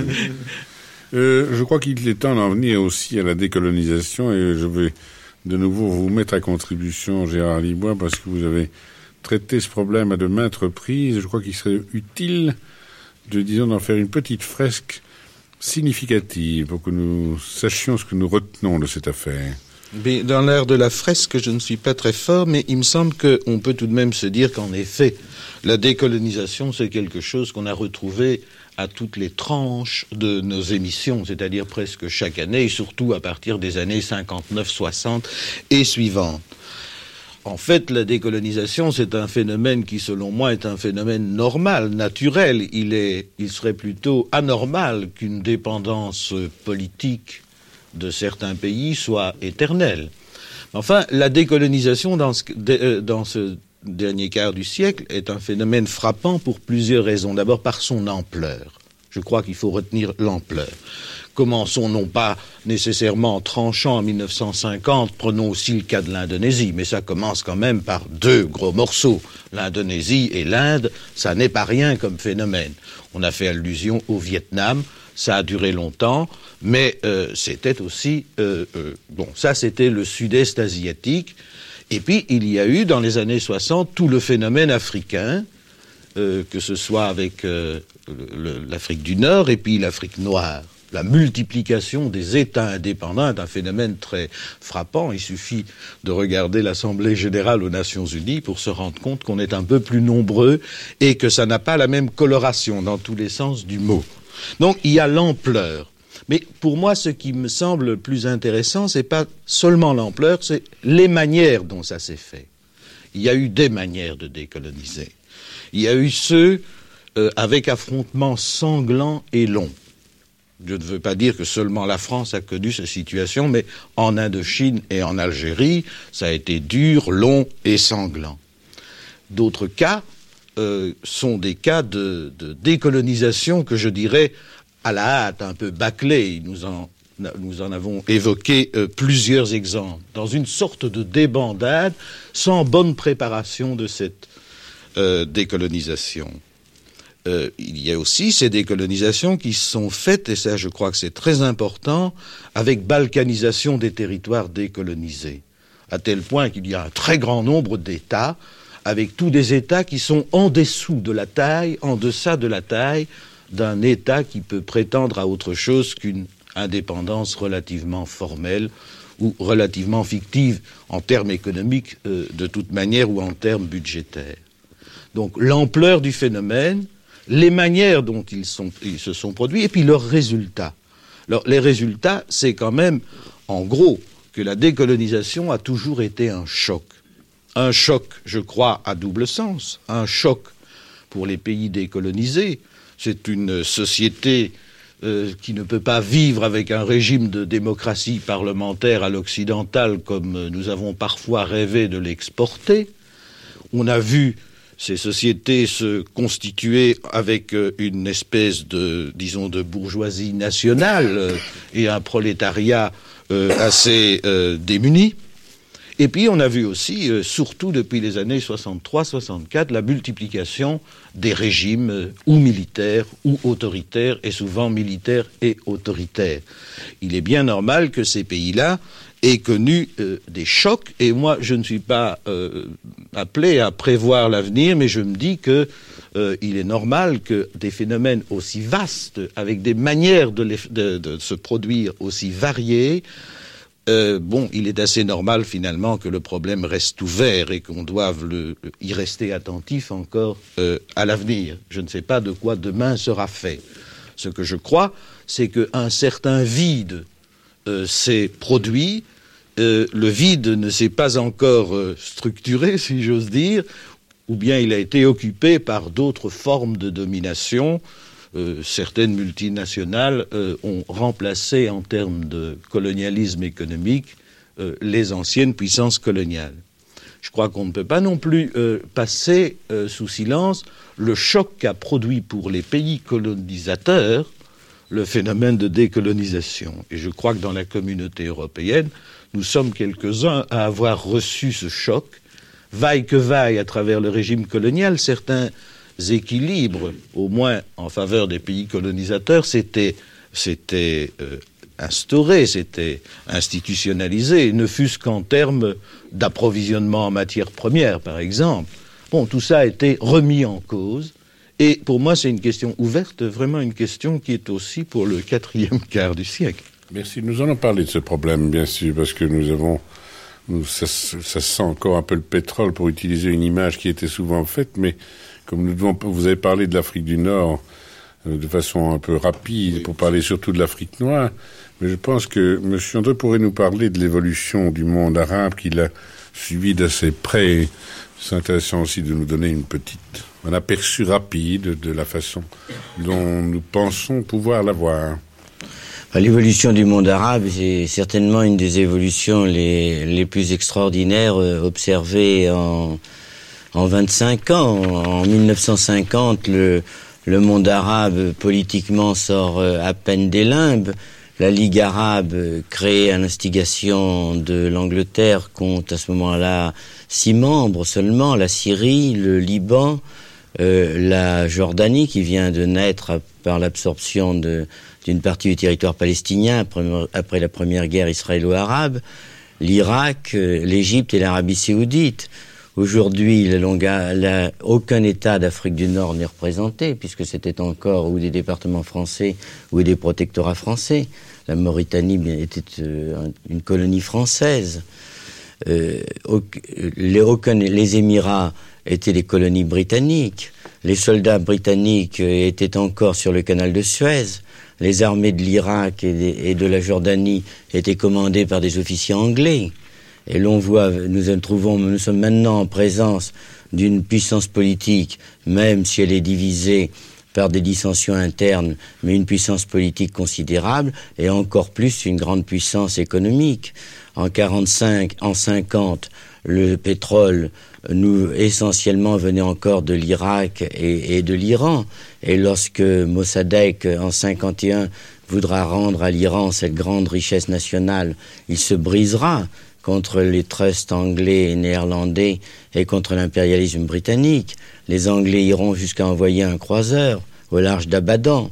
euh, je crois qu'il est temps d'en venir aussi à la décolonisation, et je vais de nouveau vous mettre à contribution, Gérard Libois, parce que vous avez traité ce problème à de maintes reprises. Je crois qu'il serait utile de, disons, d'en faire une petite fresque significative pour que nous sachions ce que nous retenons de cette affaire. Mais dans l'art de la fresque, je ne suis pas très fort, mais il me semble qu'on peut tout de même se dire qu'en effet, la décolonisation, c'est quelque chose qu'on a retrouvé à toutes les tranches de nos émissions, c'est-à-dire presque chaque année, et surtout à partir des années cinquante-neuf soixante et suivantes. En fait, la décolonisation, c'est un phénomène qui, selon moi, est un phénomène normal, naturel. Il est, il serait plutôt anormal qu'une dépendance politique de certains pays soit éternelle. Enfin, la décolonisation dans ce, de, dans ce dernier quart du siècle est un phénomène frappant pour plusieurs raisons. D'abord par son ampleur. Je crois qu'il faut retenir l'ampleur. Commençons non pas nécessairement en tranchant en mille neuf cent cinquante, prenons aussi le cas de l'Indonésie, mais ça commence quand même par deux gros morceaux. L'Indonésie et l'Inde, ça n'est pas rien comme phénomène. On a fait allusion au Vietnam, ça a duré longtemps, mais euh, c'était aussi... Euh, euh, bon, ça c'était le sud-est asiatique, et puis il y a eu dans les années soixante tout le phénomène africain, euh, que ce soit avec euh, le, l'Afrique du Nord et puis l'Afrique noire. La multiplication des États indépendants est un phénomène très frappant. Il suffit de regarder l'Assemblée générale aux Nations unies pour se rendre compte qu'on est un peu plus nombreux et que ça n'a pas la même coloration dans tous les sens du mot. Donc il y a l'ampleur. Mais pour moi, ce qui me semble le plus intéressant, c'est pas seulement l'ampleur, c'est les manières dont ça s'est fait. Il y a eu des manières de décoloniser. Il y a eu ceux euh, avec affrontements sanglants et longs. Je ne veux pas dire que seulement la France a connu cette situation, mais en Indochine et en Algérie, ça a été dur, long et sanglant. D'autres cas euh, sont des cas de, de décolonisation que je dirais à la hâte, un peu bâclés. Nous en, nous en avons évoqué euh, plusieurs exemples. Dans une sorte de débandade, sans bonne préparation de cette euh, décolonisation. Euh, il y a aussi ces décolonisations qui sont faites, et ça je crois que c'est très important, avec balkanisation des territoires décolonisés, à tel point qu'il y a un très grand nombre d'États, avec tous des États qui sont en dessous de la taille, en deçà de la taille d'un État qui peut prétendre à autre chose qu'une indépendance relativement formelle ou relativement fictive en termes économiques euh, de toute manière ou en termes budgétaires. Donc l'ampleur du phénomène, les manières dont ils, sont, ils se sont produits, et puis leurs résultats. Alors, les résultats, c'est quand même, en gros, que la décolonisation a toujours été un choc. Un choc, je crois, à double sens. Un choc pour les pays décolonisés. C'est une société euh, qui ne peut pas vivre avec un régime de démocratie parlementaire à l'occidental comme nous avons parfois rêvé de l'exporter. On a vu ces sociétés se constituaient avec une espèce de, disons, de bourgeoisie nationale et un prolétariat euh, assez euh, démuni. Et puis on a vu aussi, euh, surtout depuis les années soixante-trois soixante-quatre, la multiplication des régimes euh, ou militaires ou autoritaires, et souvent militaires et autoritaires. Il est bien normal que ces pays-là aient connu euh, des chocs, et moi je ne suis pas euh, appelé à prévoir l'avenir, mais je me dis que euh, il est normal que des phénomènes aussi vastes, avec des manières de, les, de, de se produire aussi variées, Euh, bon, il est assez normal finalement que le problème reste ouvert et qu'on doive le, y rester attentif encore euh, à l'avenir. Je ne sais pas de quoi demain sera fait. Ce que je crois, c'est qu'un certain vide euh, s'est produit. Euh, le vide ne s'est pas encore euh, structuré, si j'ose dire, ou bien il a été occupé par d'autres formes de domination. Euh, certaines multinationales euh, ont remplacé en termes de colonialisme économique euh, les anciennes puissances coloniales. je crois qu'on ne peut pas non plus euh, passer euh, sous silence le choc qu'a produit pour les pays colonisateurs le phénomène de décolonisation. Et je crois que dans la communauté européenne, nous sommes quelques-uns à avoir reçu ce choc, vaille que vaille à travers le régime colonial. Certains équilibres, au moins en faveur des pays colonisateurs, s'étaient, s'étaient euh, instaurés, s'étaient institutionnalisés, ne fût-ce qu'en termes d'approvisionnement en matières premières, par exemple. Bon, tout ça a été remis en cause. Et pour moi, c'est une question ouverte, vraiment une question qui est aussi pour le quatrième quart du siècle. Merci. Nous allons parler de ce problème, bien sûr, parce que nous avons... Nous, ça, ça sent encore un peu le pétrole, pour utiliser une image qui était souvent faite, mais comme nous devons... Vous avez parlé de l'Afrique du Nord euh, de façon un peu rapide, pour parler surtout de l'Afrique noire, mais je pense que M. André pourrait nous parler de l'évolution du monde arabe qu'il a suivi d'assez près. C'est intéressant aussi de nous donner une petite... un aperçu rapide de la façon dont nous pensons pouvoir l'avoir. L'évolution du monde arabe, c'est certainement une des évolutions les, les plus extraordinaires euh, observées en, en vingt-cinq ans. En mille neuf cent cinquante, le, le monde arabe politiquement sort euh, à peine des limbes. La Ligue arabe, euh, créée à l'instigation de l'Angleterre, compte à ce moment-là six membres seulement, la Syrie, le Liban, euh, la Jordanie qui vient de naître par l'absorption de d'une partie du territoire palestinien après, après la première guerre israélo-arabe, l'Irak, euh, l'Égypte et l'Arabie saoudite. Aujourd'hui, la longa, la, aucun État d'Afrique du Nord n'est représenté, puisque c'était encore ou des départements français ou des protectorats français. La Mauritanie était euh, une colonie française. Euh, les, aucun, les Émirats étaient des colonies britanniques. Les soldats britanniques étaient encore sur le canal de Suez. Les armées de l'Irak et de la Jordanie étaient commandées par des officiers anglais. Et l'on voit, nous nous trouvons, nous sommes maintenant en présence d'une puissance politique, même si elle est divisée par des dissensions internes, mais une puissance politique considérable, et encore plus une grande puissance économique. En quarante-cinq, en cinquante, le pétrole, nous, essentiellement, venait encore de l'Irak et, et de l'Iran. Et lorsque Mossadegh, en cinquante et un, voudra rendre à l'Iran cette grande richesse nationale, il se brisera contre les trusts anglais et néerlandais et contre l'impérialisme britannique. Les Anglais iront jusqu'à envoyer un croiseur au large d'Abadan.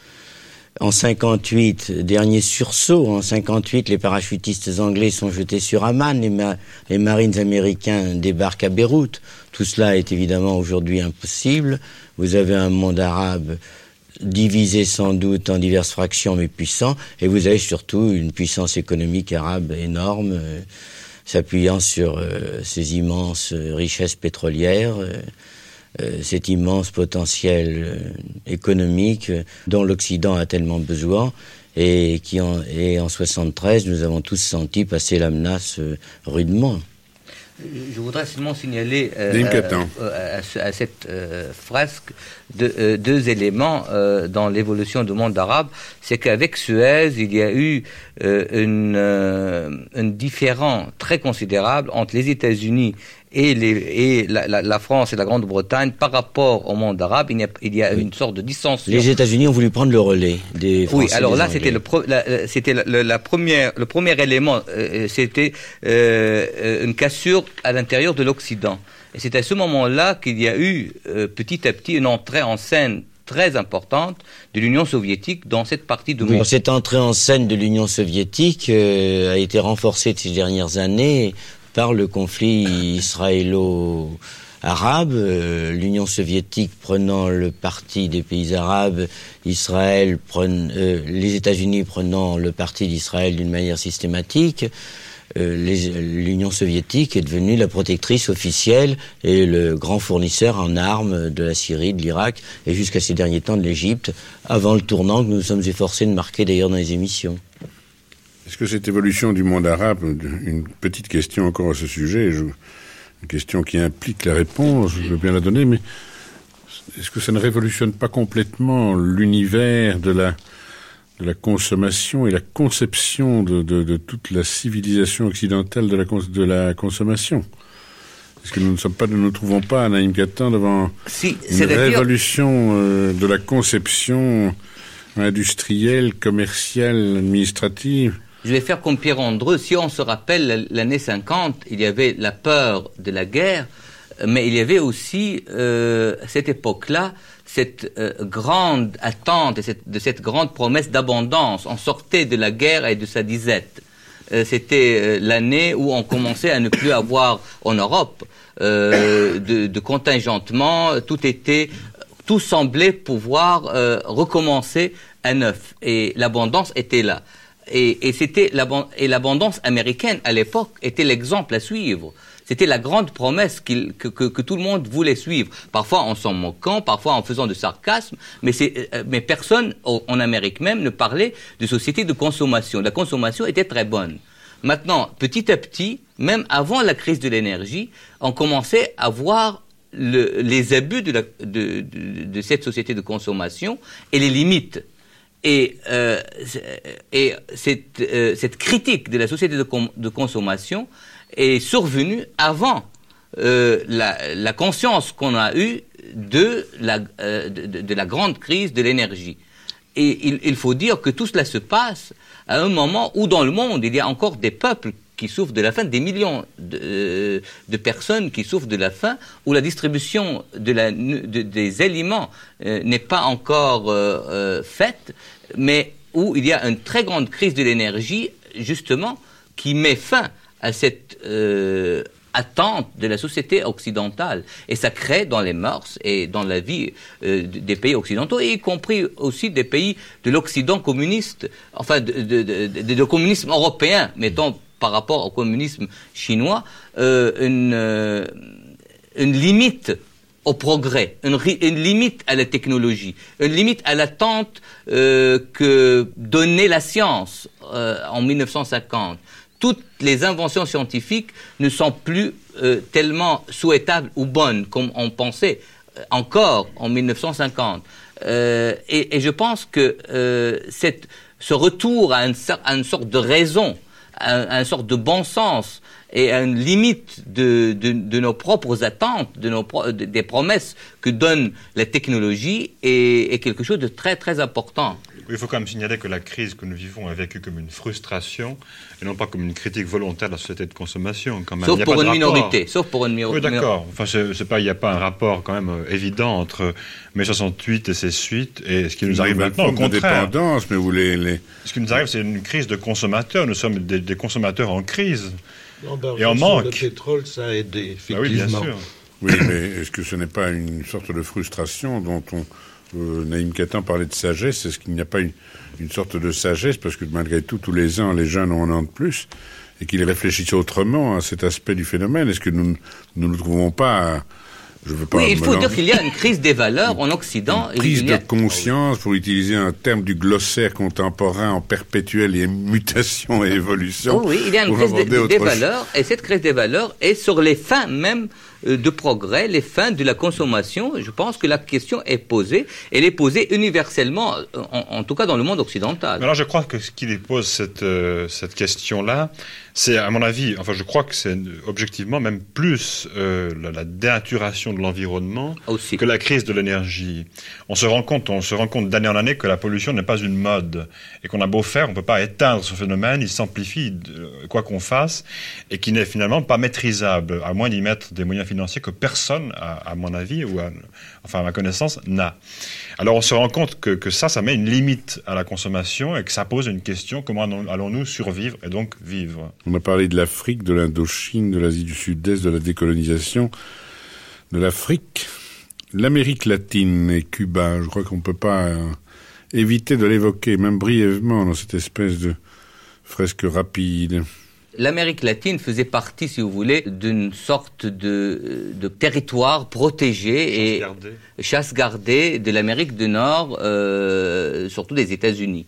En cinquante-huit, dernier sursaut, en cinquante-huit, les parachutistes anglais sont jetés sur Amman, les, ma- les marines américains débarquent à Beyrouth. Tout cela est évidemment aujourd'hui impossible. Vous avez un monde arabe divisé sans doute en diverses fractions mais puissant, et vous avez surtout une puissance économique arabe énorme, euh, s'appuyant sur euh, ces immenses euh, richesses pétrolières, euh, Euh, cet immense potentiel euh, économique euh, dont l'Occident a tellement besoin et qui en, et en soixante-treize nous avons tous senti passer la menace euh, rudement. Je voudrais seulement signaler euh, euh, à, à cette euh, frasque de, euh, deux éléments euh, dans l'évolution du monde arabe. C'est qu'avec Suez, il y a eu euh, une, euh, un différend très considérable entre les États-Unis et, les, et la, la, la France et la Grande-Bretagne par rapport au monde arabe. Il y a, il y a une sorte de dissension. Les États-Unis ont voulu prendre le relais des Français. Oui, alors et des là, Anglais. c'était le, pro, la, c'était la, la, la première, le premier élément, euh, c'était euh, une cassure à l'intérieur de l'Occident. Et c'est à ce moment-là qu'il y a eu euh, petit à petit une entrée en scène très importante de l'Union soviétique dans cette partie du oui, monde. Cette entrée en scène de l'Union soviétique euh, a été renforcée ces dernières années par le conflit israélo-arabe, euh, l'Union soviétique prenant le parti des pays arabes, Israël prenant, euh, les États-Unis prenant le parti d'Israël d'une manière systématique. Euh, les, L'Union soviétique est devenue la protectrice officielle et le grand fournisseur en armes de la Syrie, de l'Irak et jusqu'à ces derniers temps de l'Égypte, avant le tournant que nous nous sommes efforcés de marquer d'ailleurs dans les émissions. Est-ce que cette évolution du monde arabe, une petite question encore à ce sujet, je, une question qui implique la réponse, je veux bien la donner, mais est-ce que ça ne révolutionne pas complètement l'univers de la, de la consommation et la conception de, de, de toute la civilisation occidentale de la, de la consommation ? Est-ce que nous ne sommes pas, nous ne nous trouvons pas, Naïm Katan, devant si, une révolution euh, de la conception industrielle, commerciale, administrative? Je vais faire comme Pierre-Andreu. Si on se rappelle l'année cinquante, il y avait la peur de la guerre, mais il y avait aussi, euh, à cette époque-là, cette euh, grande attente et cette, de cette grande promesse d'abondance. On sortait de la guerre et de sa disette. Euh, c'était euh, l'année où on commençait à ne plus avoir en Europe euh, de, de contingentement. Tout était, tout semblait pouvoir euh, recommencer à neuf. Et l'abondance était là. Et, et c'était et l'abondance américaine à l'époque était l'exemple à suivre. C'était la grande promesse qu'il, que, que, que tout le monde voulait suivre. Parfois en s'en moquant, parfois en faisant du sarcasme, mais, c'est, mais personne en, en Amérique même ne parlait de société de consommation. La consommation était très bonne. Maintenant, petit à petit, même avant la crise de l'énergie, on commençait à voir le, les abus de, la, de, de, de cette société de consommation et les limites. Et, euh, et cette, euh, cette critique de la société de, com- de consommation est survenue avant euh, la, la conscience qu'on a eue de la, euh, de, de la grande crise de l'énergie. Et il, il faut dire que tout cela se passe à un moment où dans le monde il y a encore des peuples qui souffrent de la faim, des millions de, euh, de personnes qui souffrent de la faim, où la distribution de la, de, des aliments euh, n'est pas encore euh, euh, faite, mais où il y a une très grande crise de l'énergie, justement, qui met fin à cette euh, attente de la société occidentale. Et ça crée dans les mœurs et dans la vie euh, des pays occidentaux, y compris aussi des pays de l'Occident communiste, enfin de, de, de, de, de communisme européen, mettons, par rapport au communisme chinois, euh, une, euh, une limite au progrès, une, une limite à la technologie, une limite à l'attente euh, que donnait la science euh, en mille neuf cent cinquante. Toutes les inventions scientifiques ne sont plus euh, tellement souhaitables ou bonnes comme on pensait euh, encore en mille neuf cent cinquante. Euh, et, et je pense que euh, cette, ce retour à une, à une sorte de raison, à une sorte de bon sens et à une limite de, de, de nos propres attentes, de nos pro, de, des promesses que donne la technologie est, est quelque chose de très très important. Il faut quand même signaler que la crise que nous vivons est vécue comme une frustration et non pas comme une critique volontaire de la société de consommation. Quand même. Sauf, pour une minorité, sauf pour une minorité. Oui, d'accord. Enfin, je, je sais pas, il n'y a pas un rapport quand même euh, évident entre mai soixante-huit et ses suites et ce qui nous arrive maintenant. Au contraire. Dépendance, mais vous les, les... Ce qui nous arrive, c'est une crise de consommateurs. Nous sommes des, des consommateurs en crise. Non, ben, et on manque. Le pétrole, ça a aidé, effectivement. Ah oui, bien sûr. Oui, mais est-ce que ce n'est pas une sorte de frustration dont on... Euh, Naïm Katan parlait de sagesse. Est-ce qu'il n'y a pas une, une sorte de sagesse, parce que malgré tout, tous les ans, les jeunes ont un an de plus, et qu'ils réfléchissent autrement à cet aspect du phénomène? Est-ce que nous ne nous trouvons pas... À, je veux pas oui, il faut dire qu'il y a une crise des valeurs en Occident. Une prise il a... de conscience, pour utiliser un terme du glossaire contemporain en perpétuelle et mutation et évolution. Oh oui, il y a une crise des, des valeurs, et cette crise des valeurs est sur les fins même de progrès, les fins de la consommation. Je pense que la question est posée. Elle est posée universellement, en, en tout cas dans le monde occidental. Mais alors je crois que ce qui pose cette, euh, cette question-là, c'est à mon avis, enfin je crois que c'est objectivement même plus euh, la, la dénaturation de l'environnement aussi que la crise de l'énergie. On se rend compte, on se rend compte d'année en année que la pollution n'est pas une mode et qu'on a beau faire, on ne peut pas éteindre ce phénomène, il s'amplifie de, quoi qu'on fasse et qui n'est finalement pas maîtrisable, à moins d'y mettre des moyens financiers que personne, à, à mon avis, ou à, enfin à ma connaissance, n'a. Alors on se rend compte que, que ça, ça met une limite à la consommation et que ça pose une question, comment allons-nous survivre et donc vivre? On a parlé de l'Afrique, de l'Indochine, de l'Asie du Sud-Est, de la décolonisation, de l'Afrique, l'Amérique latine et Cuba. Je crois qu'on ne peut pas euh, éviter de l'évoquer, même brièvement, dans cette espèce de fresque rapide. L'Amérique latine faisait partie, si vous voulez, d'une sorte de, de territoire protégé chasse et chasse gardée de l'Amérique du Nord, euh, surtout des États-Unis.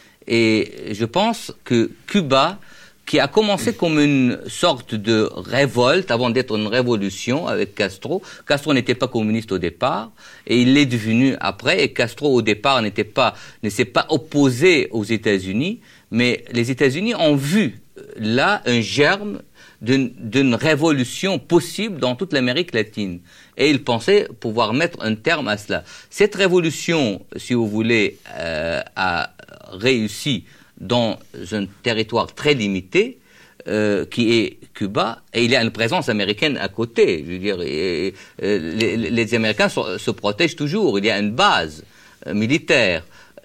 Et je pense que Cuba, qui a commencé comme une sorte de révolte avant d'être une révolution avec Castro. Castro n'était pas communiste au départ et il l'est devenu après. Et Castro au départ n'était pas, ne s'est pas opposé aux États-Unis, mais les États-Unis ont vu là un germe d'une, d'une révolution possible dans toute l'Amérique latine. Et il pensait pouvoir mettre un terme à cela. Cette révolution, si vous voulez, euh, a réussi dans un territoire très limité, euh, qui est Cuba, et il y a une présence américaine à côté. Je veux dire, et, et, les, les Américains so, se protègent toujours. Il y a une base euh, militaire.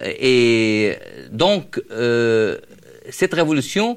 Et donc, euh, cette révolution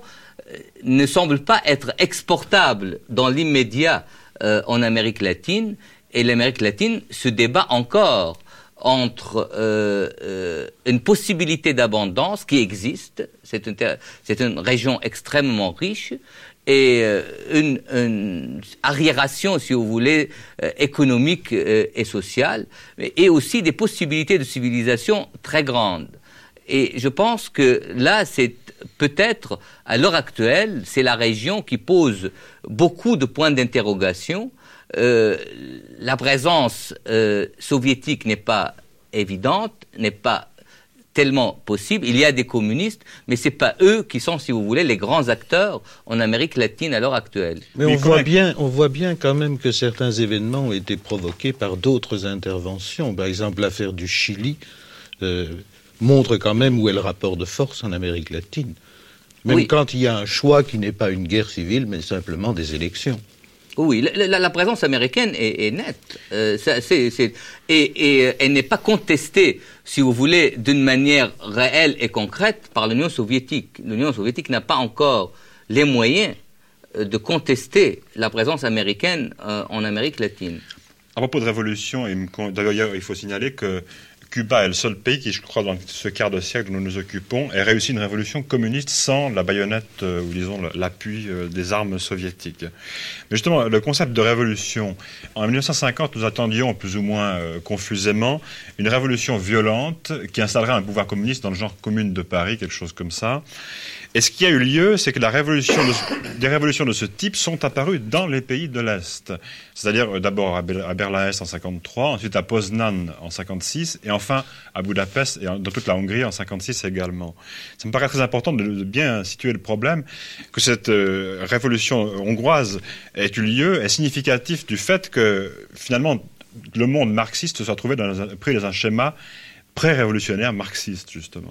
ne semble pas être exportable dans l'immédiat euh, en Amérique latine, et l'Amérique latine se débat encore entre euh, euh, une possibilité d'abondance qui existe, c'est une, c'est une région extrêmement riche, et euh, une, une arriération, si vous voulez, euh, économique euh, et sociale, et aussi des possibilités de civilisation très grandes. Et je pense que là, c'est peut-être, à l'heure actuelle, c'est la région qui pose beaucoup de points d'interrogation. Euh, la présence euh, soviétique n'est pas évidente, n'est pas tellement possible. Il y a des communistes, mais c'est pas eux qui sont, si vous voulez, les grands acteurs en Amérique latine à l'heure actuelle. Mais on voit bien, on voit bien quand même que certains événements ont été provoqués par d'autres interventions. Par exemple, l'affaire du Chili euh, montre quand même où est le rapport de force en Amérique latine. Même oui. Quand il y a un choix qui n'est pas une guerre civile, mais simplement des élections. Oui, la, la, la présence américaine est, est nette, euh, ça, c'est, c'est, et, et elle n'est pas contestée, si vous voulez, d'une manière réelle et concrète par l'Union soviétique. L'Union soviétique n'a pas encore les moyens de contester la présence américaine euh, en Amérique latine. À propos de révolution, d'ailleurs, il faut signaler que Cuba est le seul pays qui, je crois, dans ce quart de siècle dont nous nous occupons, ait réussi une révolution communiste sans la baïonnette, euh, ou disons l'appui euh, des armes soviétiques. Mais justement, le concept de révolution, en mille neuf cent cinquante, nous attendions plus ou moins euh, confusément une révolution violente qui installerait un pouvoir communiste dans le genre Commune de Paris, quelque chose comme ça. Et ce qui a eu lieu, c'est que la révolution de ce, des révolutions de ce type sont apparues dans les pays de l'Est. C'est-à-dire euh, d'abord à, à Berlin-Est en cinquante-trois, ensuite à Poznan en cinquante-six, et enfin à Budapest et en, dans toute la Hongrie en cinquante-six également. Ça me paraît très important de, de bien situer le problème, que cette euh, révolution hongroise ait eu lieu est significatif du fait que finalement le monde marxiste se soit trouvé dans un, pris dans un schéma pré-révolutionnaire marxiste, justement,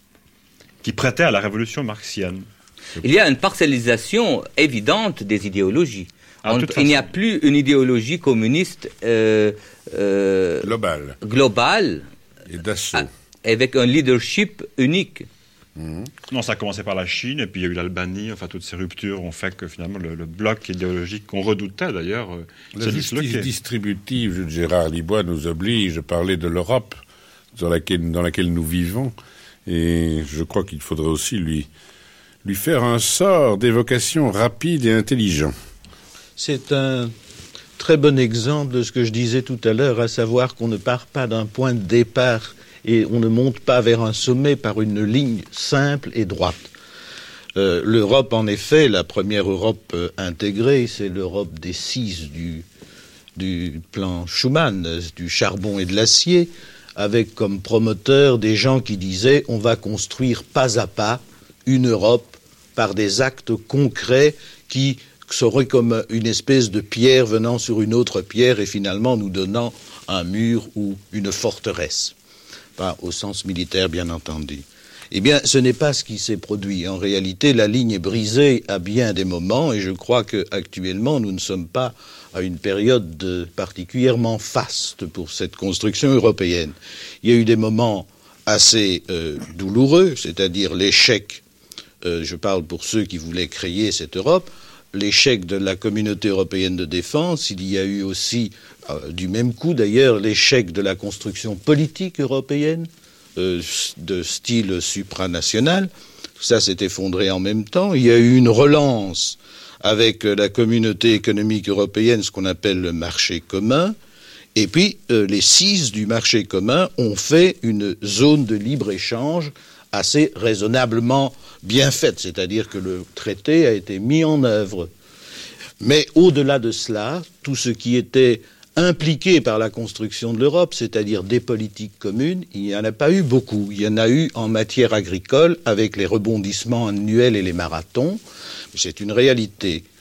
qui prêtait à la révolution marxienne. Il y a une parcellisation évidente des idéologies. Ah, On, il n'y a plus une idéologie communiste euh, euh, globale, globale et d'assaut, avec un leadership unique. Mmh. Non, ça a commencé par la Chine, et puis il y a eu l'Albanie. Enfin, toutes ces ruptures ont fait que finalement le, le bloc idéologique qu'on redoutait d'ailleurs euh, la justice distributive de Gérard Libois nous oblige à parler de l'Europe dans laquelle, dans laquelle nous vivons. Et je crois qu'il faudrait aussi lui, lui faire un sort d'évocation rapide et intelligent. C'est un très bon exemple de ce que je disais tout à l'heure, à savoir qu'on ne part pas d'un point de départ et on ne monte pas vers un sommet par une ligne simple et droite. Euh, L'Europe, en effet, la première Europe euh, intégrée, c'est l'Europe des six du, du plan Schuman, du charbon et de l'acier, avec comme promoteur des gens qui disaient on va construire pas à pas une Europe par des actes concrets qui seraient comme une espèce de pierre venant sur une autre pierre et finalement nous donnant un mur ou une forteresse. Pas au sens militaire, bien entendu. Eh bien, ce n'est pas ce qui s'est produit. En réalité, la ligne est brisée à bien des moments et je crois qu'actuellement, nous ne sommes pas à une période de particulièrement faste pour cette construction européenne. Il y a eu des moments assez euh, douloureux, c'est-à-dire l'échec, euh, je parle pour ceux qui voulaient créer cette Europe, l'échec de la communauté européenne de défense. Il y a eu aussi, euh, du même coup d'ailleurs, l'échec de la construction politique européenne, euh, de style supranational. Tout ça s'est effondré en même temps. Il y a eu une relance avec la communauté économique européenne, ce qu'on appelle le marché commun. Et puis, euh, les six du marché commun ont fait une zone de libre-échange assez raisonnablement bien faite, c'est-à-dire que le traité a été mis en œuvre. Mais au-delà de cela, tout ce qui était impliqué par la construction de l'Europe, c'est-à-dire des politiques communes, il n'y en a pas eu beaucoup. Il y en a eu en matière agricole avec les rebondissements annuels et les marathons. C'est une réalité.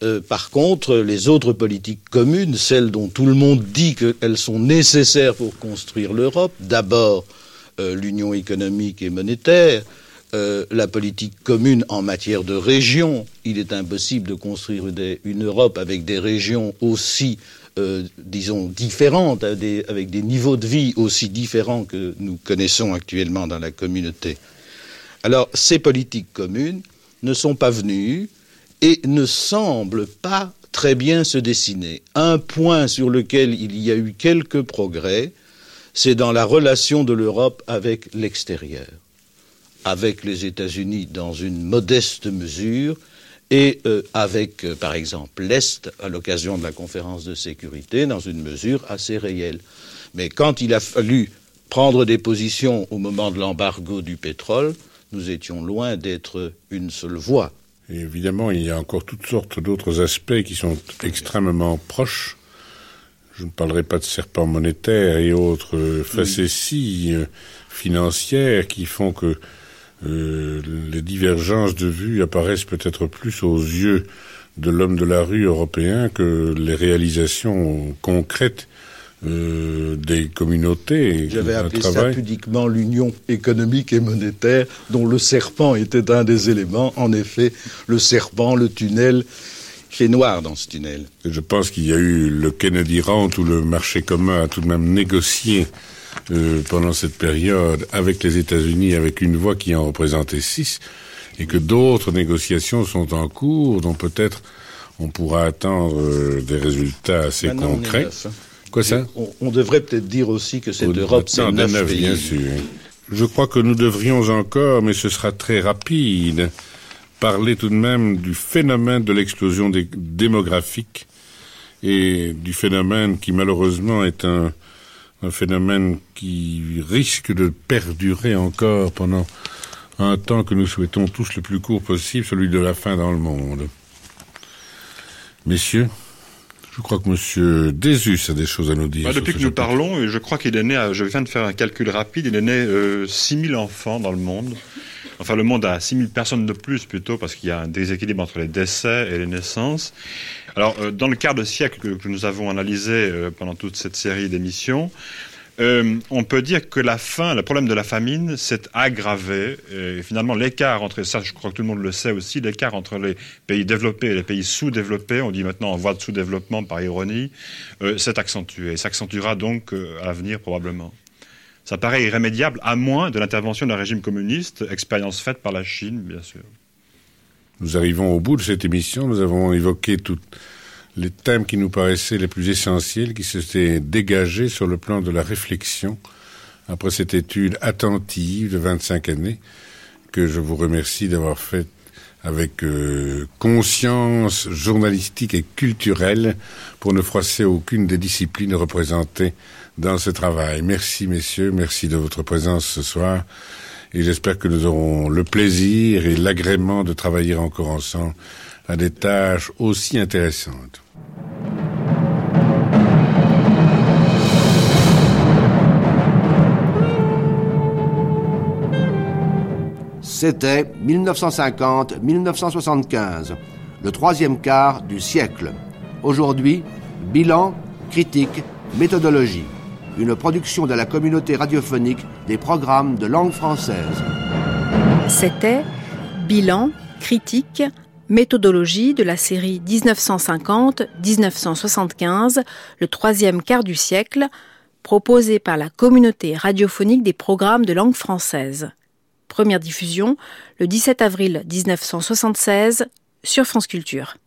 Euh, par contre, les autres politiques communes, celles dont tout le monde dit qu'elles sont nécessaires pour construire l'Europe, d'abord euh, l'union économique et monétaire, euh, la politique commune en matière de régions. Il est impossible de construire des, une Europe avec des régions aussi, euh, disons, différentes, avec des, avec des niveaux de vie aussi différents que nous connaissons actuellement dans la communauté. Alors, ces politiques communes ne sont pas venues et ne semble pas très bien se dessiner. Un point sur lequel il y a eu quelques progrès, c'est dans la relation de l'Europe avec l'extérieur, avec les États-Unis dans une modeste mesure, et euh, avec, euh, par exemple, l'Est, à l'occasion de la conférence de sécurité, dans une mesure assez réelle. Mais quand il a fallu prendre des positions au moment de l'embargo du pétrole, nous étions loin d'être une seule voix. Et évidemment, il y a encore toutes sortes d'autres aspects qui sont extrêmement proches. Je ne parlerai pas de serpents monétaires et autres euh, facéties euh, financières qui font que euh, les divergences de vues apparaissent peut-être plus aux yeux de l'homme de la rue européen que les réalisations concrètes Euh, des communautés. J'avais appelé travail. ça pudiquement l'union économique et monétaire, dont le serpent était un des éléments. En effet, le serpent, le tunnel, il fait noir dans ce tunnel. Je pense qu'il y a eu le Kennedy Round où le marché commun a tout de même négocié euh, pendant cette période avec les États-Unis, avec une voix qui en représentait six, et que d'autres négociations sont en cours, dont peut-être on pourra attendre euh, des résultats assez Maintenant, concrets. Quoi ça? on, on devrait peut-être dire aussi que cette Au, Europe, c'est neuf, neuf pays. Bien sûr. Je crois que nous devrions encore, mais ce sera très rapide, parler tout de même du phénomène de l'explosion des, démographique et du phénomène qui malheureusement est un, un phénomène qui risque de perdurer encore pendant un temps que nous souhaitons tous le plus court possible, celui de la faim dans le monde. Messieurs, je crois que M. Désus a des choses à nous dire. Bah, depuis que nous chapitre. parlons, je crois qu'il est né, à, je viens de faire un calcul rapide, il est né euh, six mille enfants dans le monde. Enfin, le monde a six mille personnes de plus plutôt, parce qu'il y a un déséquilibre entre les décès et les naissances. Alors, euh, dans le quart de siècle que, que nous avons analysé euh, pendant toute cette série d'émissions, Euh, on peut dire que la faim, le problème de la famine s'est aggravé. Et finalement, l'écart entre, ça je crois que tout le monde le sait aussi, l'écart entre les pays développés et les pays sous-développés, on dit maintenant en voie de sous-développement par ironie, euh, s'est accentué. Et s'accentuera donc euh, à l'avenir probablement. Ça paraît irrémédiable, à moins de l'intervention d'un régime communiste, expérience faite par la Chine, bien sûr. Nous arrivons au bout de cette émission, nous avons évoqué toutes les thèmes qui nous paraissaient les plus essentiels, qui s'étaient dégagés sur le plan de la réflexion, après cette étude attentive de vingt-cinq années, que je vous remercie d'avoir faite avec euh, conscience journalistique et culturelle, pour ne froisser aucune des disciplines représentées dans ce travail. Merci, messieurs, merci de votre présence ce soir, et j'espère que nous aurons le plaisir et l'agrément de travailler encore ensemble à des tâches aussi intéressantes. C'était dix-neuf cent cinquante à dix-neuf cent soixante-quinze, le troisième quart du siècle. Aujourd'hui, bilan, critique, méthodologie. Une production de la communauté radiophonique des programmes de langue française. C'était bilan, critique, méthodologie de la série dix-neuf cent cinquante à dix-neuf cent soixante-quinze, le troisième quart du siècle, proposé par la communauté radiophonique des programmes de langue française. Première diffusion le dix-sept avril dix-neuf cent soixante-seize sur France Culture.